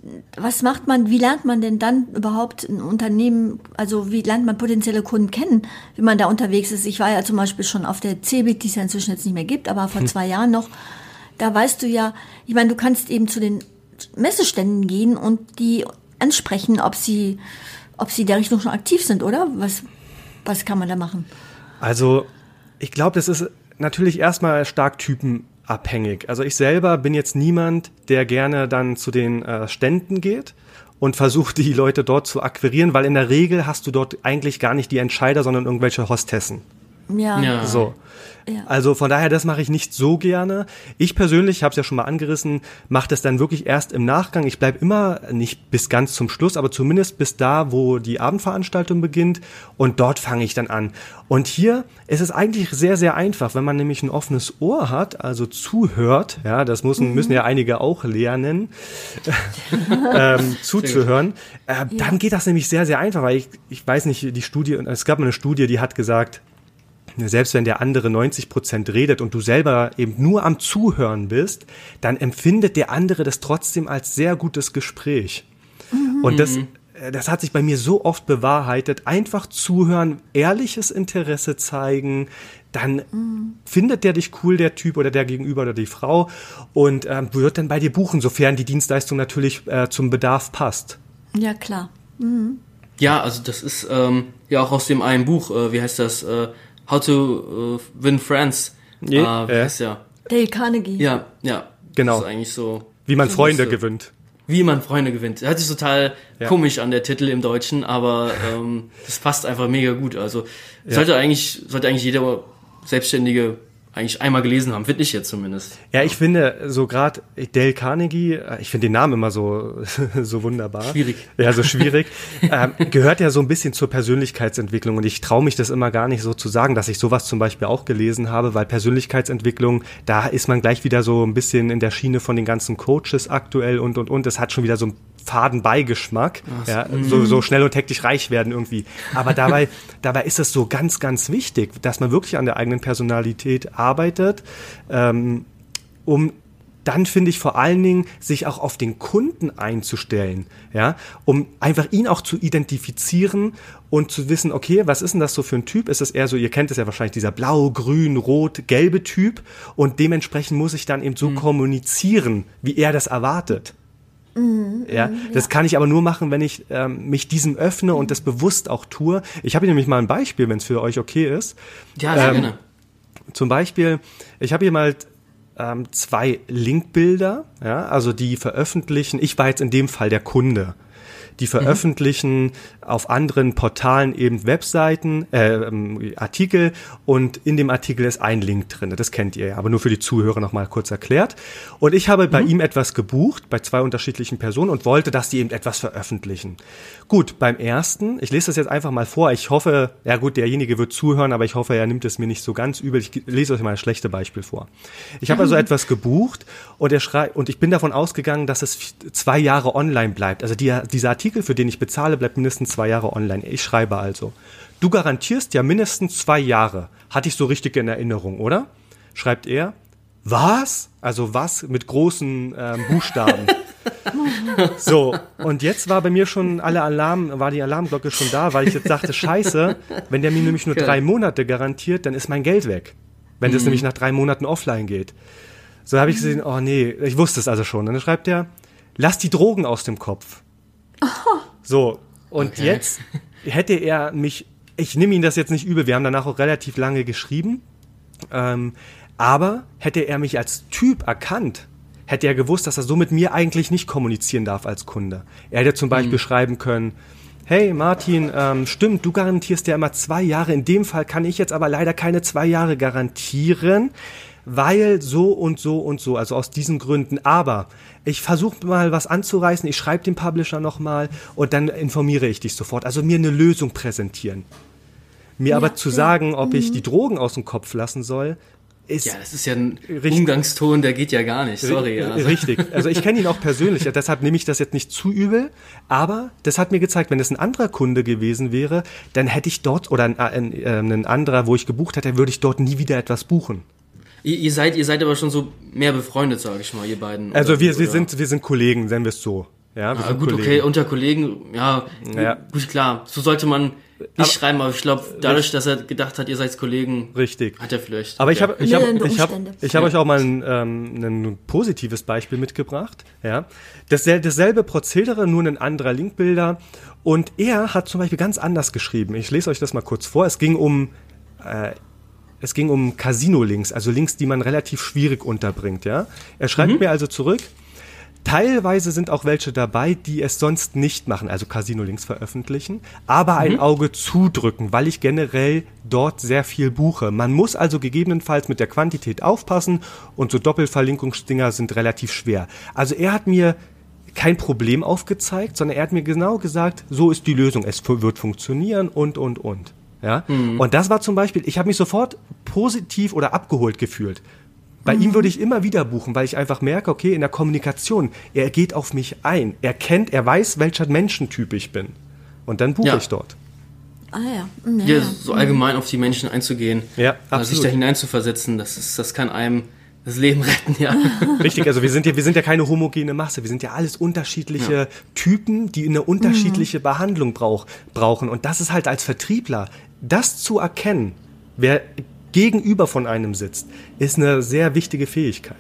was macht man, wie lernt man denn dann überhaupt ein Unternehmen, also wie lernt man potenzielle Kunden kennen, wenn man da unterwegs ist? Ich war ja zum Beispiel schon auf der C eBIT, die es ja inzwischen jetzt nicht mehr gibt, aber vor hm. zwei Jahren noch, da weißt du ja, ich meine, du kannst eben zu den Messeständen gehen und die ansprechen, ob sie, ob sie in der Richtung schon aktiv sind, oder? Was Was kann man da machen? Also ich glaube, das ist natürlich erstmal stark typenabhängig. Also ich selber bin jetzt niemand, der gerne dann zu den äh, Ständen geht und versucht, die Leute dort zu akquirieren, weil in der Regel hast du dort eigentlich gar nicht die Entscheider, sondern irgendwelche Hostessen. Ja. ja. So. Ja. Also von daher, das mache ich nicht so gerne. Ich persönlich, habe es ja schon mal angerissen, mache das dann wirklich erst im Nachgang. Ich bleibe immer nicht bis ganz zum Schluss, aber zumindest bis da, wo die Abendveranstaltung beginnt, und dort fange ich dann an. Und hier ist es eigentlich sehr, sehr einfach, wenn man nämlich ein offenes Ohr hat, also zuhört, ja, das müssen, mhm. müssen ja einige auch lernen, ähm, zuzuhören, äh, ja. dann geht das nämlich sehr, sehr einfach, weil ich, ich weiß nicht, die Studie, es gab mal eine Studie, die hat gesagt, selbst wenn der andere neunzig Prozent redet und du selber eben nur am Zuhören bist, dann empfindet der andere das trotzdem als sehr gutes Gespräch. Mhm. Und das, das hat sich bei mir so oft bewahrheitet. Einfach zuhören, ehrliches Interesse zeigen, dann mhm. findet der dich cool, der Typ oder der Gegenüber oder die Frau, und ähm, wird dann bei dir buchen, sofern die Dienstleistung natürlich äh, zum Bedarf passt. Ja, klar. Mhm. Ja, also das ist ähm, ja auch aus dem einen Buch, äh, wie heißt das, äh, How to uh, Win Friends. Ja, äh, wie heißt ja? Dale Carnegie. Ja, ja. Genau. Das ist eigentlich so. Wie man so Freunde so, gewinnt. Wie man Freunde gewinnt. Hört sich total ja. komisch an, der Titel im Deutschen, aber ähm, das passt einfach mega gut. Also ja. sollte eigentlich sollte eigentlich jeder Selbstständige eigentlich einmal gelesen haben, finde ich jetzt zumindest. Ja, ich finde so gerade Dale Carnegie, ich finde den Namen immer so so wunderbar. Schwierig. Ja, so schwierig. ähm, gehört ja so ein bisschen zur Persönlichkeitsentwicklung, und ich traue mich das immer gar nicht so zu sagen, dass ich sowas zum Beispiel auch gelesen habe, weil Persönlichkeitsentwicklung, da ist man gleich wieder so ein bisschen in der Schiene von den ganzen Coaches aktuell und und und. Das hat schon wieder so ein faden Beigeschmack, ja, so, so schnell und hektisch reich werden irgendwie. Aber dabei, dabei ist es so ganz, ganz wichtig, dass man wirklich an der eigenen Personalität arbeitet, ähm, um dann, finde ich, vor allen Dingen sich auch auf den Kunden einzustellen, ja, um einfach ihn auch zu identifizieren und zu wissen, okay, was ist denn das so für ein Typ? Ist es eher so, ihr kennt es ja wahrscheinlich, dieser blau, grün, rot, gelbe Typ, und dementsprechend muss ich dann eben so mhm. kommunizieren, wie er das erwartet. Mhm, ja, ja, das kann ich aber nur machen, wenn ich ähm, mich diesem öffne und das bewusst auch tue. Ich habe hier nämlich mal ein Beispiel, wenn es für euch okay ist. Ja, sehr ähm, gerne. Zum Beispiel, ich habe hier mal ähm, zwei Linkbilder, ja, also die veröffentlichen, ich war jetzt in dem Fall der Kunde, die veröffentlichen mhm. auf anderen Portalen eben Webseiten, äh, Artikel, und in dem Artikel ist ein Link drin. Das kennt ihr ja, aber nur für die Zuhörer nochmal kurz erklärt. Und ich habe bei mhm. ihm etwas gebucht, bei zwei unterschiedlichen Personen, und wollte, dass die eben etwas veröffentlichen. Gut, beim ersten, ich lese das jetzt einfach mal vor, ich hoffe, ja gut, derjenige wird zuhören, aber ich hoffe, er nimmt es mir nicht so ganz übel. Ich lese euch mal ein schlechtes Beispiel vor. Ich habe also etwas gebucht, und er schrei- und ich bin davon ausgegangen, dass es zwei Jahre online bleibt. Also die, dieser Artikel, für den ich bezahle, bleibt mindestens zwei Jahre online. Ich schreibe also, du garantierst ja mindestens zwei Jahre. Hatte ich so richtig in Erinnerung, oder? Schreibt er, was? Also was mit großen ähm, Buchstaben. So, und jetzt war bei mir schon alle Alarm, war die Alarmglocke schon da, weil ich jetzt dachte, scheiße, wenn der mir nämlich nur drei Monate garantiert, dann ist mein Geld weg. Wenn das mhm. nämlich nach drei Monaten offline geht. So habe ich gesehen, oh nee, ich wusste es also schon. Und dann schreibt er, lass die Drogen aus dem Kopf. Oh. So, und okay. Jetzt hätte er mich, ich nehme ihn das jetzt nicht übel, wir haben danach auch relativ lange geschrieben, ähm, aber hätte er mich als Typ erkannt, hätte er gewusst, dass er so mit mir eigentlich nicht kommunizieren darf als Kunde. Er hätte zum Beispiel mhm. schreiben können, hey Martin, ähm, stimmt, du garantierst ja immer zwei Jahre, in dem Fall kann ich jetzt aber leider keine zwei Jahre garantieren, weil so und so und so, also aus diesen Gründen, aber ich versuche mal was anzureißen, ich schreibe dem Publisher nochmal und dann informiere ich dich sofort, also mir eine Lösung präsentieren. Mir ja, aber zu ja. sagen, ob mhm. ich die Drogen aus dem Kopf lassen soll, ist ja, das ist ja ein richtig, Umgangston, der geht ja gar nicht, sorry. Also. Richtig, also ich kenne ihn auch persönlich, deshalb nehme ich das jetzt nicht zu übel, aber das hat mir gezeigt, wenn es ein anderer Kunde gewesen wäre, dann hätte ich dort, oder ein, ein, ein anderer, wo ich gebucht hätte, würde ich dort nie wieder etwas buchen. Ihr, ihr seid, ihr seid aber schon so mehr befreundet, sage ich mal, ihr beiden. Also oder, wir, wir oder? sind, wir sind Kollegen, nennen wir es so. Ja, wir ah, sind gut, Kollegen. Okay, unter Kollegen, ja, ja. Gut, klar, so sollte man nicht aber, schreiben, aber ich glaube, dadurch, dass er gedacht hat, ihr seid Kollegen, richtig. hat er vielleicht. Aber ich habe ich hab, ich hab, ich hab ja. euch auch mal ein, ähm, ein positives Beispiel mitgebracht. Ja, Dassel- dasselbe Prozedere, nur ein anderer Linkbilder. Und er hat zum Beispiel ganz anders geschrieben. Ich lese euch das mal kurz vor. Es ging um... Äh, Es ging um Casino-Links, also Links, die man relativ schwierig unterbringt. Ja? Er schreibt mhm. mir also zurück, teilweise sind auch welche dabei, die es sonst nicht machen, also Casino-Links veröffentlichen, aber mhm. ein Auge zudrücken, weil ich generell dort sehr viel buche. Man muss also gegebenenfalls mit der Quantität aufpassen und so Doppelverlinkungsdinger sind relativ schwer. Also er hat mir kein Problem aufgezeigt, sondern er hat mir genau gesagt, so ist die Lösung, es wird funktionieren und, und, und. Ja? Mhm. Und das war zum Beispiel, ich habe mich sofort positiv oder abgeholt gefühlt. Bei mhm. ihm würde ich immer wieder buchen, weil ich einfach merke, okay, in der Kommunikation, er geht auf mich ein. Er kennt, er weiß, welcher Menschentyp ich bin. Und dann buche ja. ich dort. Ah ja. Ja, ja so allgemein auf die Menschen einzugehen. Ja, absolut. Sich da hineinzuversetzen, das, ist, das kann einem das Leben retten, ja. Richtig, also wir sind ja, wir sind ja keine homogene Masse. Wir sind ja alles unterschiedliche ja. Typen, die eine unterschiedliche mhm. Behandlung brauch, brauchen. Und das ist halt als Vertriebler, das zu erkennen, wer gegenüber von einem sitzt, ist eine sehr wichtige Fähigkeit.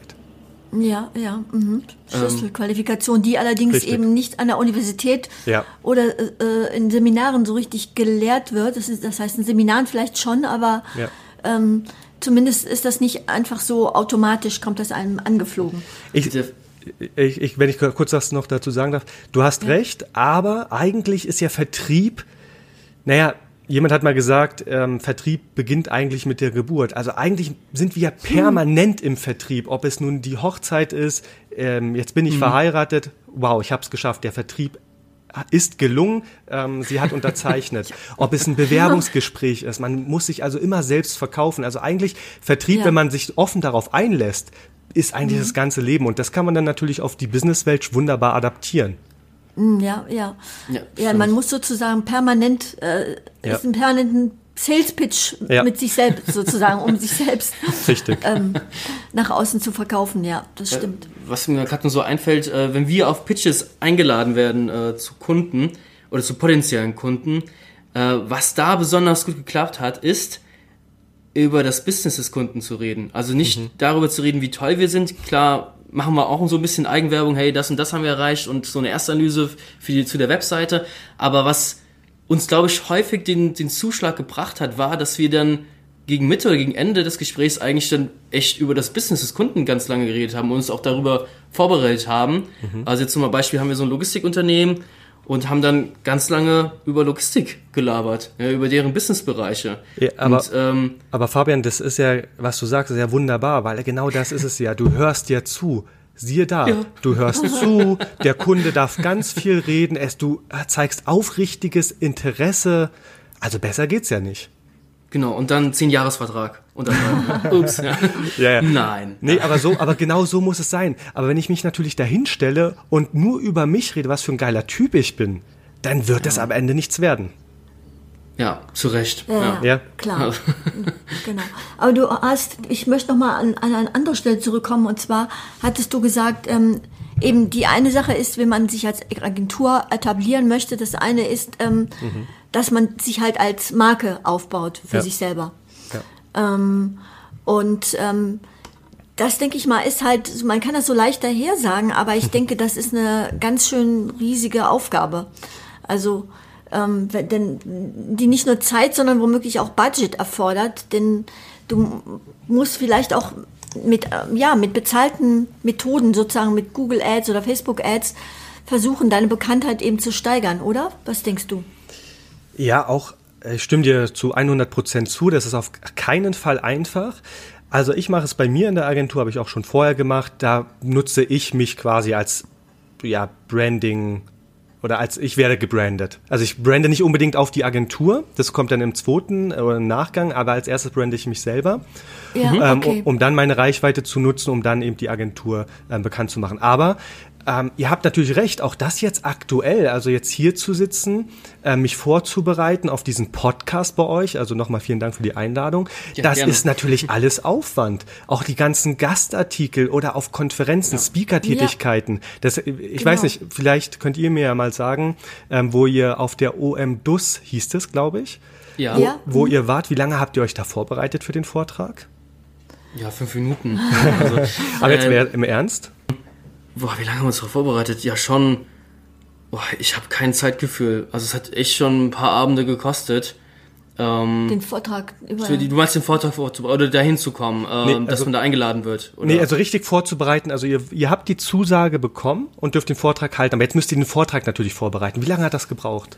Ja, ja. Mhm. Schlüsselqualifikation, die allerdings richtig. eben nicht an der Universität ja. oder äh, in Seminaren so richtig gelehrt wird. Das, ist, das heißt, in Seminaren vielleicht schon, aber ja. ähm, zumindest ist das nicht einfach so automatisch, kommt das einem angeflogen. Ich, ich, ich, wenn ich kurz das noch dazu sagen darf, du hast ja. recht, aber eigentlich ist ja Vertrieb, naja, jemand hat mal gesagt, ähm, Vertrieb beginnt eigentlich mit der Geburt. Also eigentlich sind wir ja permanent hm. im Vertrieb, ob es nun die Hochzeit ist, ähm, jetzt bin ich hm. verheiratet, wow, ich habe es geschafft, der Vertrieb ist gelungen, ähm, sie hat unterzeichnet. Ob es ein Bewerbungsgespräch ist, man muss sich also immer selbst verkaufen. Also eigentlich Vertrieb, ja. wenn man sich offen darauf einlässt, ist eigentlich mhm. das ganze Leben. Und das kann man dann natürlich auf die Businesswelt wunderbar adaptieren. Ja, ja. Ja, ja man muss sozusagen permanent, äh, ja. ist einen permanenten Sales-Pitch ja. mit sich selbst sozusagen, um sich selbst ähm, nach außen zu verkaufen. Ja, das stimmt. Was mir gerade nur so einfällt, äh, wenn wir auf Pitches eingeladen werden äh, zu Kunden oder zu potenziellen Kunden, äh, was da besonders gut geklappt hat, ist, über das Business des Kunden zu reden. Also nicht mhm. darüber zu reden, wie toll wir sind. Klar, machen wir auch so ein bisschen Eigenwerbung, hey, das und das haben wir erreicht und so eine Erstanalyse für die, zu der Webseite. Aber was uns, glaube ich, häufig den, den Zuschlag gebracht hat, war, dass wir dann gegen Mitte oder gegen Ende des Gesprächs eigentlich dann echt über das Business des Kunden ganz lange geredet haben und uns auch darüber vorbereitet haben. Mhm. Also jetzt zum Beispiel haben wir so ein Logistikunternehmen und haben dann ganz lange über Logistik gelabert, ja, über deren Businessbereiche. Ja, aber, und, ähm, aber Fabian, das ist ja, was du sagst, ist ja wunderbar, weil genau das ist es ja. Du hörst ja zu. Siehe da, ja. du hörst zu, der Kunde darf ganz viel reden, es, du zeigst aufrichtiges Interesse, also besser geht's ja nicht. Genau, und dann zehn-Jahres-Vertrag. Und dann, ups, ja. ja, ja. Nein. Nee, aber so, aber genau so muss es sein. Aber wenn ich mich natürlich dahin stelle und nur über mich rede, was für ein geiler Typ ich bin, dann wird ja. das am Ende nichts werden. Ja, zu Recht. Ja, Ja, Ja. klar. Genau. Aber du hast, ich möchte nochmal an, an eine andere Stelle zurückkommen, und zwar hattest du gesagt, ähm, eben die eine Sache ist, wenn man sich als Agentur etablieren möchte, das eine ist, ähm, mhm. dass man sich halt als Marke aufbaut für Ja. sich selber. Ja. Ähm, und ähm, das, denke ich mal, ist halt, man kann das so leicht daher sagen, aber ich denke, das ist eine ganz schön riesige Aufgabe. Also, ähm, denn die nicht nur Zeit, sondern womöglich auch Budget erfordert, denn du musst vielleicht auch mit, ähm, ja, mit bezahlten Methoden, sozusagen mit Google Ads oder Facebook Ads, versuchen, deine Bekanntheit eben zu steigern, oder? Was denkst du? Ja, auch, ich stimme dir zu hundert Prozent zu, das ist auf keinen Fall einfach. Also ich mache es bei mir in der Agentur, habe ich auch schon vorher gemacht, da nutze ich mich quasi als, ja, Branding oder als ich werde gebrandet. Also ich brande nicht unbedingt auf die Agentur, das kommt dann im zweiten oder im Nachgang, aber als erstes brande ich mich selber, Ja, ähm, okay. um, um dann meine Reichweite zu nutzen, um dann eben die Agentur ähm, bekannt zu machen. Aber ähm, ihr habt natürlich recht, auch das jetzt aktuell, also jetzt hier zu sitzen, äh, mich vorzubereiten auf diesen Podcast bei euch, also nochmal vielen Dank für die Einladung, Ja, das gerne. ist natürlich alles Aufwand. Auch die ganzen Gastartikel oder auf Konferenzen, Ja. Speaker-Tätigkeiten. Das, ich Genau. weiß nicht, vielleicht könnt ihr mir ja mal sagen, ähm, wo ihr auf der O M D U S, hieß es, glaube ich, Ja. Ja. wo ihr wart. Wie lange habt ihr euch da vorbereitet für den Vortrag? Ja, fünf Minuten. Also, Aber jetzt äh, mehr im Ernst? Boah, wie lange haben wir uns darauf vorbereitet? Ja, schon. Boah, ich habe kein Zeitgefühl. Also es hat echt schon ein paar Abende gekostet. Ähm, Den Vortrag über... für die, du meinst den Vortrag vorzubereiten oder dahin zu kommen, ähm, Nee, dass also- man da eingeladen wird? Oder? Nee, also richtig vorzubereiten. Also ihr, ihr habt die Zusage bekommen und dürft den Vortrag halten. Aber jetzt müsst ihr den Vortrag natürlich vorbereiten. Wie lange hat das gebraucht?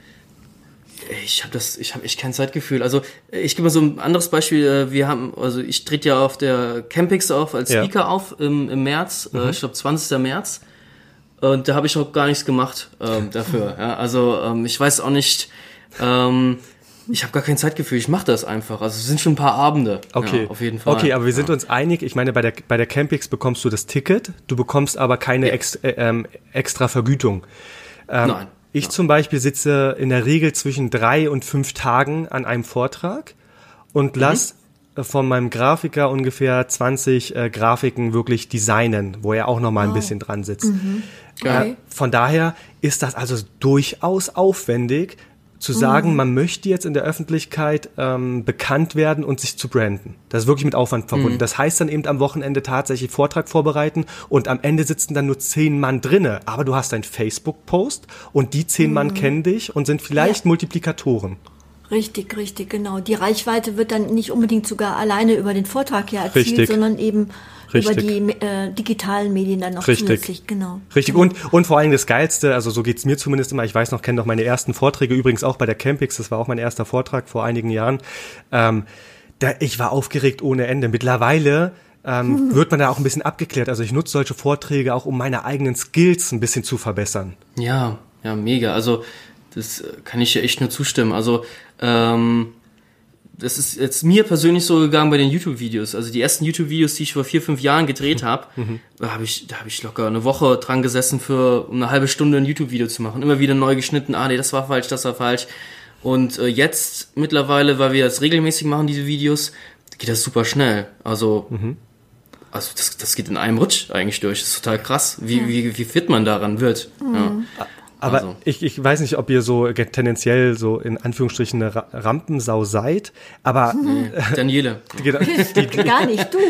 Ich habe das, ich habe echt kein Zeitgefühl. Also ich gebe mal so ein anderes Beispiel. Wir haben, also ich trete ja auf der Campix auf als Ja. Speaker auf im, im März, mhm. äh, ich glaube zwanzigsten März. Und da habe ich noch gar nichts gemacht ähm, dafür. Ja, also ähm, ich weiß auch nicht. Ähm, ich habe gar kein Zeitgefühl. Ich mache das einfach. Also es sind schon ein paar Abende. Okay, Ja, auf jeden Fall. Okay, aber wir sind ja. uns einig. Ich meine, bei der bei der Campix bekommst du das Ticket. Du bekommst aber keine Ja. ex, äh, ähm, extra Vergütung. Ähm, Nein. Ich zum Beispiel sitze in der Regel zwischen drei und fünf Tagen an einem Vortrag und lass mhm. von meinem Grafiker ungefähr zwanzig äh, Grafiken wirklich designen, wo er auch noch mal ein Wow. bisschen dran sitzt. Mhm. Okay. Äh, von daher ist das also durchaus aufwendig, zu sagen, man möchte jetzt in der Öffentlichkeit ähm, bekannt werden und sich zu branden. Das ist wirklich mit Aufwand verbunden. Mhm. Das heißt dann eben am Wochenende tatsächlich Vortrag vorbereiten und am Ende sitzen dann nur zehn Mann drinne. Aber du hast einen Facebook-Post und die zehn Mann kennen dich und sind vielleicht Ja. Multiplikatoren. Richtig, richtig, genau. Die Reichweite wird dann nicht unbedingt sogar alleine über den Vortrag ja erzielt, Richtig. sondern eben Richtig. über die äh, digitalen Medien dann noch Richtig. zusätzlich. Genau. Richtig, und, und vor allem das Geilste, also so geht's mir zumindest immer, ich weiß noch, kenne noch meine ersten Vorträge, übrigens auch bei der Campix, das war auch mein erster Vortrag vor einigen Jahren, ähm, da, ich war aufgeregt ohne Ende. Mittlerweile ähm, wird man da auch ein bisschen abgeklärt, also ich nutze solche Vorträge auch, um meine eigenen Skills ein bisschen zu verbessern. Ja, ja, mega. Also das kann ich ja echt nur zustimmen. Also ähm, das ist jetzt mir persönlich so gegangen bei den YouTube-Videos. Also die ersten YouTube-Videos, die ich vor vier, fünf Jahren gedreht habe, mhm. da habe ich, da habe ich locker eine Woche dran gesessen, für um eine halbe Stunde ein YouTube-Video zu machen. Immer wieder neu geschnitten. Ah, nee, das war falsch, das war falsch. Und äh, jetzt mittlerweile, weil wir das regelmäßig machen, diese Videos, geht das super schnell. Also, mhm. also das, das geht in einem Rutsch eigentlich durch. Das ist total krass, wie, ja. wie, wie fit man daran wird. Mhm. Ja. Aber also. ich, ich weiß nicht, ob ihr so tendenziell so in Anführungsstrichen eine Rampensau seid, aber... Nee, Daniele. Die, die, die, Gar nicht, du.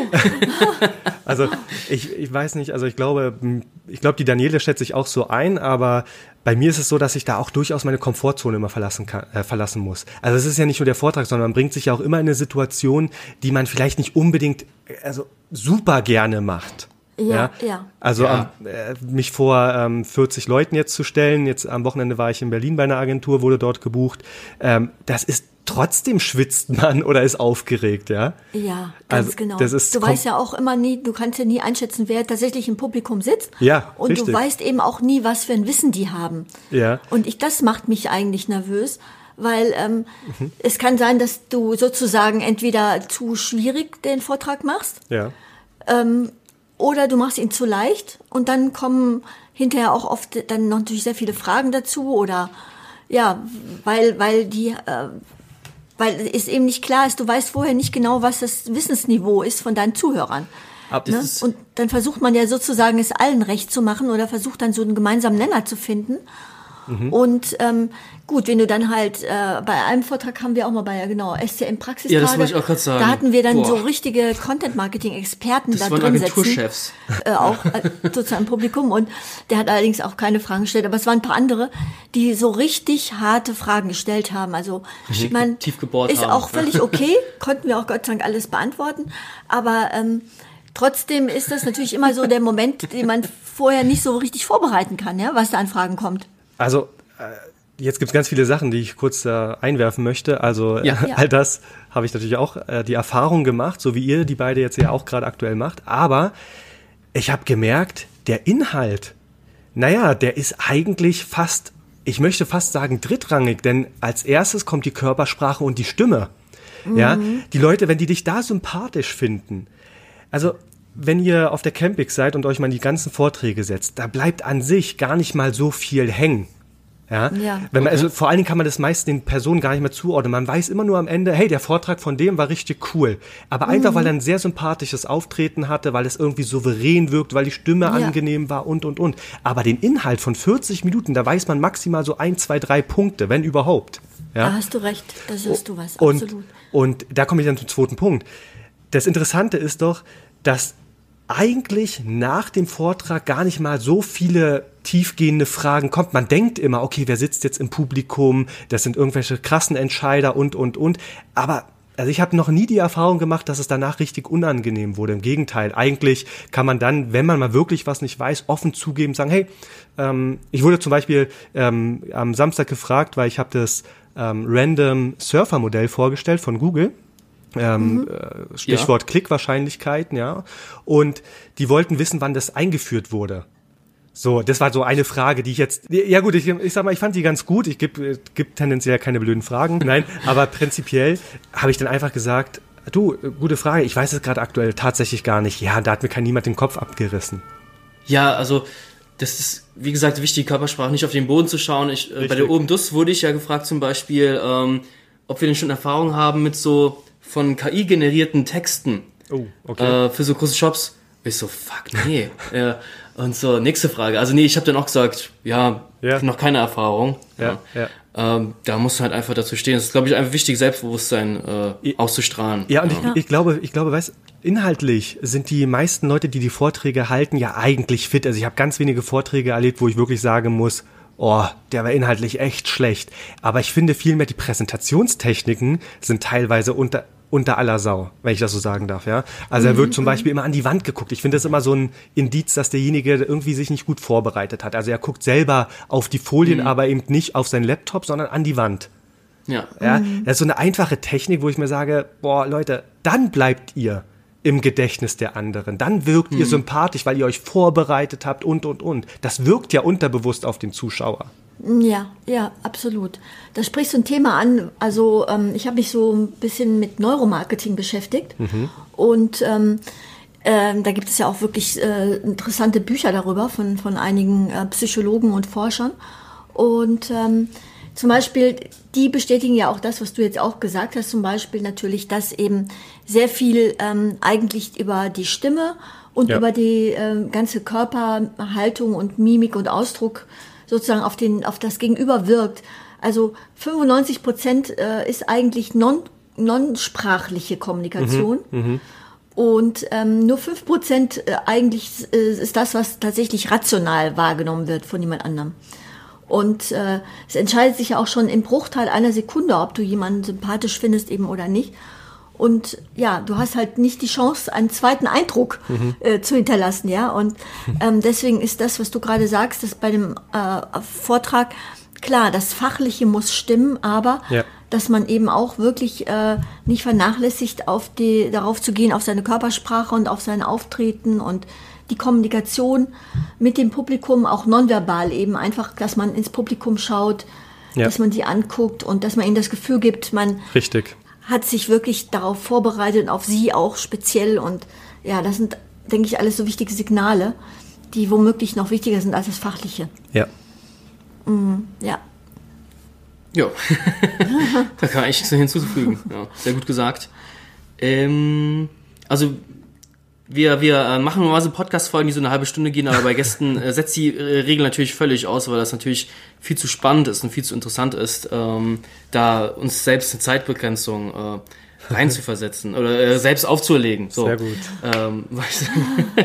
Also ich, ich weiß nicht, also ich glaube, ich glaube, die Daniele schätze ich auch so ein, aber bei mir ist es so, dass ich da auch durchaus meine Komfortzone immer verlassen kann, äh, verlassen muss. Also es ist ja nicht nur der Vortrag, sondern man bringt sich ja auch immer in eine Situation, die man vielleicht nicht unbedingt also super gerne macht. Ja, ja. ja. Also ja. Ähm, äh, mich vor ähm, vierzig Leuten jetzt zu stellen, jetzt am Wochenende war ich in Berlin bei einer Agentur, wurde dort gebucht, ähm, das ist trotzdem schwitzt man oder ist aufgeregt, ja? Ja, ganz also, genau. Das ist du weißt ja auch immer nie, du kannst ja nie einschätzen, wer tatsächlich im Publikum sitzt. Ja, Und richtig. du weißt eben auch nie, was für ein Wissen die haben. Ja. Und ich, das macht mich eigentlich nervös, weil ähm, mhm. es kann sein, dass du sozusagen entweder zu schwierig den Vortrag machst, ja. ähm, oder du machst ihn zu leicht und dann kommen hinterher auch oft dann noch natürlich sehr viele Fragen dazu oder ja, weil weil die äh, weil es eben nicht klar ist, du weißt vorher nicht genau, was das Wissensniveau ist von deinen Zuhörern. Ne? Und dann versucht man ja sozusagen, es allen recht zu machen oder versucht dann so einen gemeinsamen Nenner zu finden. Mhm. Und ähm, gut, wenn du dann halt, äh, bei einem Vortrag haben wir auch mal bei, genau, S C M-Praxistage. Ja, das wollte ich auch gerade sagen. Da hatten wir dann Boah. so richtige Content-Marketing-Experten da waren drin sitzen. Agenturchefs. Äh, auch äh, sozusagen im Publikum. Und der hat allerdings auch keine Fragen gestellt. Aber es waren ein paar andere, die so richtig harte Fragen gestellt haben. Also, richtig man tief gebohrt ist haben. auch völlig okay. Konnten wir auch Gott sei Dank alles beantworten. Aber ähm, trotzdem ist das natürlich immer so der Moment, den man vorher nicht so richtig vorbereiten kann, ja, was da an Fragen kommt. Also, äh, jetzt gibt es ganz viele Sachen, die ich kurz äh, einwerfen möchte. Also, ja. äh, all das habe ich natürlich auch äh, die Erfahrung gemacht, so wie ihr die beide jetzt ja auch gerade aktuell macht. Aber ich habe gemerkt, der Inhalt, naja, der ist eigentlich fast, ich möchte fast sagen drittrangig, denn als erstes kommt die Körpersprache und die Stimme. Mhm. Ja, die Leute, wenn die dich da sympathisch finden, also wenn ihr auf der Campix seid und euch mal in die ganzen Vorträge setzt, da bleibt an sich gar nicht mal so viel hängen. Ja, ja. Wenn man, also vor allen Dingen kann man das meist den Personen gar nicht mehr zuordnen. Man weiß immer nur am Ende, hey, der Vortrag von dem war richtig cool. Aber mhm. einfach, weil er ein sehr sympathisches Auftreten hatte, weil es irgendwie souverän wirkt, weil die Stimme ja. angenehm war und, und, und. Aber den Inhalt von vierzig Minuten, da weiß man maximal so ein, zwei, drei Punkte, wenn überhaupt. Ja? Da hast du recht, da sagst du was, absolut. Und, und da komme ich dann zum zweiten Punkt. Das Interessante ist doch, dass eigentlich nach dem Vortrag gar nicht mal so viele tiefgehende Fragen kommt. Man denkt immer, okay, wer sitzt jetzt im Publikum? Das sind irgendwelche krassen Entscheider und, und, und. Aber also ich habe noch nie die Erfahrung gemacht, dass es danach richtig unangenehm wurde. Im Gegenteil, eigentlich kann man dann, wenn man mal wirklich was nicht weiß, offen zugeben, sagen, hey, ähm, ich wurde zum Beispiel ähm, am Samstag gefragt, weil ich habe das ähm, Random Surfer Modell vorgestellt von Google. Ähm, mhm. äh, Stichwort ja. Klickwahrscheinlichkeiten, ja. Und die wollten wissen, wann das eingeführt wurde. So, das war so eine Frage, die ich jetzt, ja gut, ich, ich sag mal, ich fand die ganz gut. Ich gebe geb tendenziell keine blöden Fragen. Nein, aber prinzipiell habe ich dann einfach gesagt, du, gute Frage, ich weiß es gerade aktuell tatsächlich gar nicht. Ja, da hat mir kein niemand den Kopf abgerissen. Ja, also das ist, wie gesagt, wichtig, Körpersprache nicht auf den Boden zu schauen. Ich, äh, bei der Oben Dus wurde ich ja gefragt zum Beispiel, ähm, ob wir denn schon Erfahrung haben mit so von K I generierten Texten oh, okay. äh, für so große Shops. Ich so, fuck, nee. ja. Und so, nächste Frage. Also nee, ich habe dann auch gesagt, ja, ja. noch keine Erfahrung. Ja, ja. Ähm, da musst du halt einfach dazu stehen. Das ist, glaube ich, einfach wichtig, Selbstbewusstsein äh, auszustrahlen. Ja, und ja. Ich, ich glaube, ich glaube, weißt, inhaltlich sind die meisten Leute, die die Vorträge halten, ja eigentlich fit. Also ich habe ganz wenige Vorträge erlebt, wo ich wirklich sagen muss, oh, der war inhaltlich echt schlecht. Aber ich finde vielmehr, die Präsentationstechniken sind teilweise unter unter aller Sau, wenn ich das so sagen darf, ja. Also er wird zum Beispiel immer an die Wand geguckt. Ich finde das immer so ein Indiz, dass derjenige irgendwie sich nicht gut vorbereitet hat. Also er guckt selber auf die Folien, mhm. aber eben nicht auf seinen Laptop, sondern an die Wand. Ja. Ja, das ist so eine einfache Technik, wo ich mir sage, boah, Leute, dann bleibt ihr im Gedächtnis der anderen. Dann wirkt mhm. ihr sympathisch, weil ihr euch vorbereitet habt und, und, und. Das wirkt ja unterbewusst auf den Zuschauer. Ja, ja, absolut. Da sprichst du ein Thema an. Also ähm, ich habe mich so ein bisschen mit Neuromarketing beschäftigt mhm. und ähm, äh, da gibt es ja auch wirklich äh, interessante Bücher darüber von von einigen äh, Psychologen und Forschern. Und ähm, zum Beispiel, die bestätigen ja auch das, was du jetzt auch gesagt hast, zum Beispiel natürlich, dass eben sehr viel ähm, eigentlich über die Stimme und ja. über die äh, ganze Körperhaltung und Mimik und Ausdruck sozusagen auf den, auf das Gegenüber wirkt. Also fünfundneunzig Prozent äh, ist eigentlich non, non-sprachliche Kommunikation. Mhm, mh. Und ähm, nur fünf Prozent äh, eigentlich äh, ist das, was tatsächlich rational wahrgenommen wird von jemand anderem. Und äh, es entscheidet sich ja auch schon im Bruchteil einer Sekunde, ob du jemanden sympathisch findest eben oder nicht. Und ja, du hast halt nicht die Chance, einen zweiten Eindruck mhm. äh, zu hinterlassen, ja. Und ähm, deswegen ist das, was du gerade sagst, dass bei dem äh, Vortrag, klar, das Fachliche muss stimmen, aber ja. dass man eben auch wirklich äh, nicht vernachlässigt, auf die, darauf zu gehen, auf seine Körpersprache und auf sein Auftreten und die Kommunikation mit dem Publikum, auch nonverbal eben, einfach, dass man ins Publikum schaut, ja. dass man die anguckt und dass man ihnen das Gefühl gibt, man Richtig. hat sich wirklich darauf vorbereitet und auf sie auch speziell. Und ja, das sind, denke ich, alles so wichtige Signale, die womöglich noch wichtiger sind als das Fachliche. Ja. Mhm, ja. Ja, da kann man echt nichts mehr hinzufügen. Ja, sehr gut gesagt. Ähm, also wir, wir äh, machen normalerweise Podcast-Folgen, die so eine halbe Stunde gehen, aber bei Gästen äh, setzt die äh, Regel natürlich völlig aus, weil das natürlich viel zu spannend ist und viel zu interessant ist, ähm, da uns selbst eine Zeitbegrenzung äh, reinzuversetzen oder äh, selbst aufzuerlegen. So. Sehr gut. Ähm, weißt du?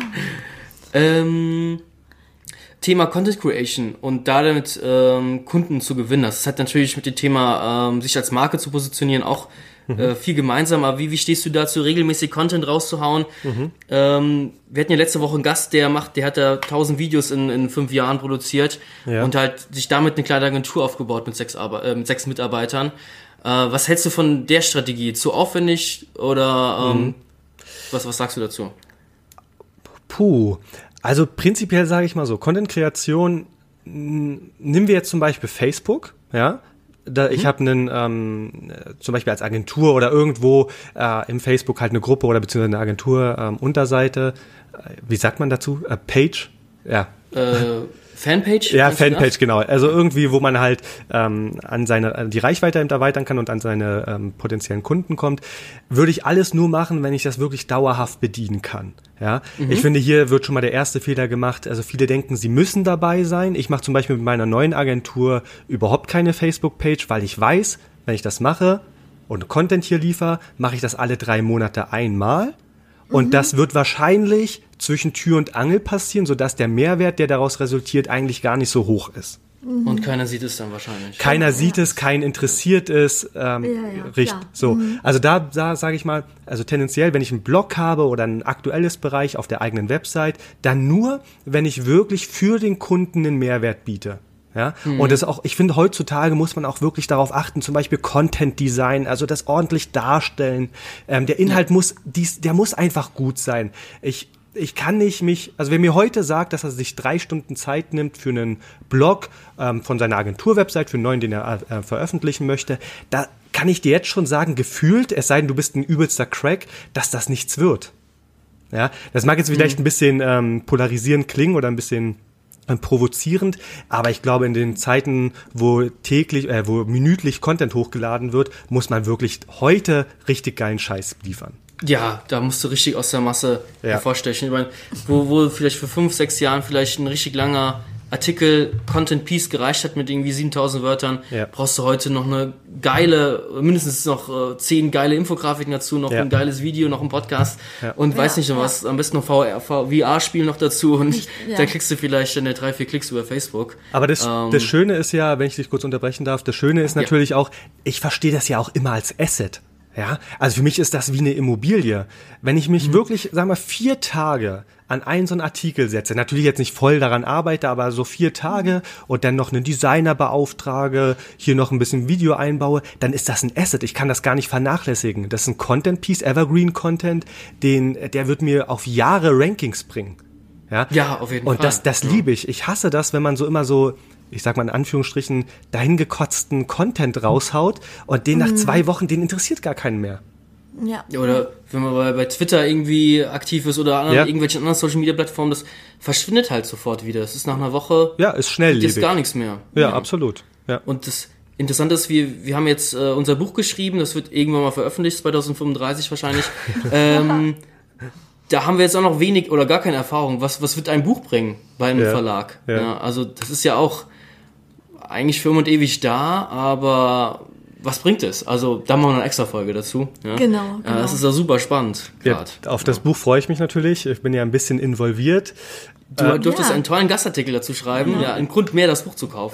ähm, Thema Content Creation und da damit ähm, Kunden zu gewinnen. Das hat natürlich mit dem Thema, ähm, sich als Marke zu positionieren, auch äh, viel gemeinsam. Aber wie, wie stehst du dazu, regelmäßig Content rauszuhauen? Mhm. Ähm, wir hatten ja letzte Woche einen Gast, der macht, der hat da tausend Videos in, in fünf Jahren produziert ja. und halt sich damit eine kleine Agentur aufgebaut mit sechs, Arbe- äh, mit sechs Mitarbeitern. Äh, was hältst du von der Strategie? Zu aufwendig oder ähm, mhm. was, was sagst du dazu? Puh, also prinzipiell sage ich mal so, Content-Kreation, nehmen wir jetzt zum Beispiel Facebook, ja, da, mhm. ich habe einen, ähm, zum Beispiel als Agentur oder irgendwo äh, im Facebook halt eine Gruppe oder beziehungsweise eine Agentur ähm, Unterseite, äh, wie sagt man dazu, äh, Page, ja. Äh, Fanpage? Ja, Fanpage, genau. Also irgendwie, wo man halt ähm, an seine an die Reichweite eben erweitern kann und an seine ähm, potenziellen Kunden kommt, würde ich alles nur machen, wenn ich das wirklich dauerhaft bedienen kann. Ja, mhm. Ich finde, hier wird schon mal der erste Fehler gemacht. Also viele denken, sie müssen dabei sein. Ich mache zum Beispiel mit meiner neuen Agentur überhaupt keine Facebook-Page, weil ich weiß, wenn ich das mache und Content hier liefere, mache ich das alle drei Monate einmal. Und mhm. das wird wahrscheinlich zwischen Tür und Angel passieren, sodass der Mehrwert, der daraus resultiert, eigentlich gar nicht so hoch ist. Mhm. Und keiner sieht es dann wahrscheinlich. Keiner ja. sieht es, kein interessiert es. Ähm, ja, ja, richtig. So. Mhm. Also da, da sage ich mal, also tendenziell, wenn ich einen Blog habe oder ein aktuelles Bereich auf der eigenen Website, dann nur, wenn ich wirklich für den Kunden einen Mehrwert biete. Ja, mhm. und das auch, ich finde, heutzutage muss man auch wirklich darauf achten, zum Beispiel Content Design, also das ordentlich darstellen. Ähm, der Inhalt ja. muss, dies, der muss einfach gut sein. Ich, ich kann nicht mich, also wer mir heute sagt, dass er sich drei Stunden Zeit nimmt für einen Blog ähm, von seiner Agentur-Website, für einen neuen, den er äh, veröffentlichen möchte, da kann ich dir jetzt schon sagen, gefühlt, es sei denn, du bist ein übelster Crack, dass das nichts wird. Ja, das mag jetzt vielleicht mhm. ein bisschen ähm, polarisierend klingen oder ein bisschen provozierend, aber ich glaube, in den Zeiten, wo täglich, äh, wo minütlich Content hochgeladen wird, muss man wirklich heute richtig geilen Scheiß liefern. Ja, da musst du richtig aus der Masse ja. hervorstechen. Ich meine, wo, wo vielleicht vor fünf, sechs Jahren vielleicht ein richtig langer Artikel, Content Piece gereicht hat mit irgendwie siebentausend Wörtern, ja. brauchst du heute noch eine geile, mindestens noch äh, zehn geile Infografiken dazu, noch ja. ein geiles Video, noch ein Podcast ja. und weiß ja, nicht noch ja. was, am besten noch V R, V R-Spiel noch dazu und ja. dann kriegst du vielleicht dann drei, vier Klicks über Facebook. Aber das, ähm, das Schöne ist ja, wenn ich dich kurz unterbrechen darf, das Schöne ist natürlich ja. auch, ich verstehe das ja auch immer als Asset. Ja, also für mich ist das wie eine Immobilie. Wenn ich mich mhm. wirklich, sagen wir, vier Tage an einen so einen Artikel setze, natürlich jetzt nicht voll daran arbeite, aber so vier Tage und dann noch einen Designer beauftrage, hier noch ein bisschen Video einbaue, dann ist das ein Asset. Ich kann das gar nicht vernachlässigen. Das ist ein Content-Piece, Evergreen-Content, den, der wird mir auf Jahre Rankings bringen. Ja, ja auf jeden und Fall. Und das, das liebe ich. Ich hasse das, wenn man so immer so, ich sag mal in Anführungsstrichen, dahingekotzten Content raushaut und den nach zwei Wochen, den interessiert gar keinen mehr. Ja. Oder wenn man bei, bei Twitter irgendwie aktiv ist oder an ja. irgendwelchen anderen Social-Media-Plattformen, das verschwindet halt sofort wieder. Das ist nach einer Woche, ja, ist schnelllebig. Ist gar nichts mehr. Ja, ja. absolut. Ja. Und das Interessante ist, wir, wir haben jetzt äh, unser Buch geschrieben, das wird irgendwann mal veröffentlicht, zwanzig fünfunddreißig wahrscheinlich. ähm, da haben wir jetzt auch noch wenig oder gar keine Erfahrung. Was, was wird ein Buch bringen bei einem ja. Verlag? Ja. Ja, also das ist ja auch eigentlich für immer und ewig da, aber was bringt es? Also da machen wir eine extra Folge dazu. Ja? Genau, genau. Das ist ja super spannend. Ja, auf das ja. Buch freue ich mich natürlich. Ich bin ja ein bisschen involviert. Du äh, durftest ja. einen tollen Gastartikel dazu schreiben. Ja, ja ein Grund mehr, das Buch zu kaufen.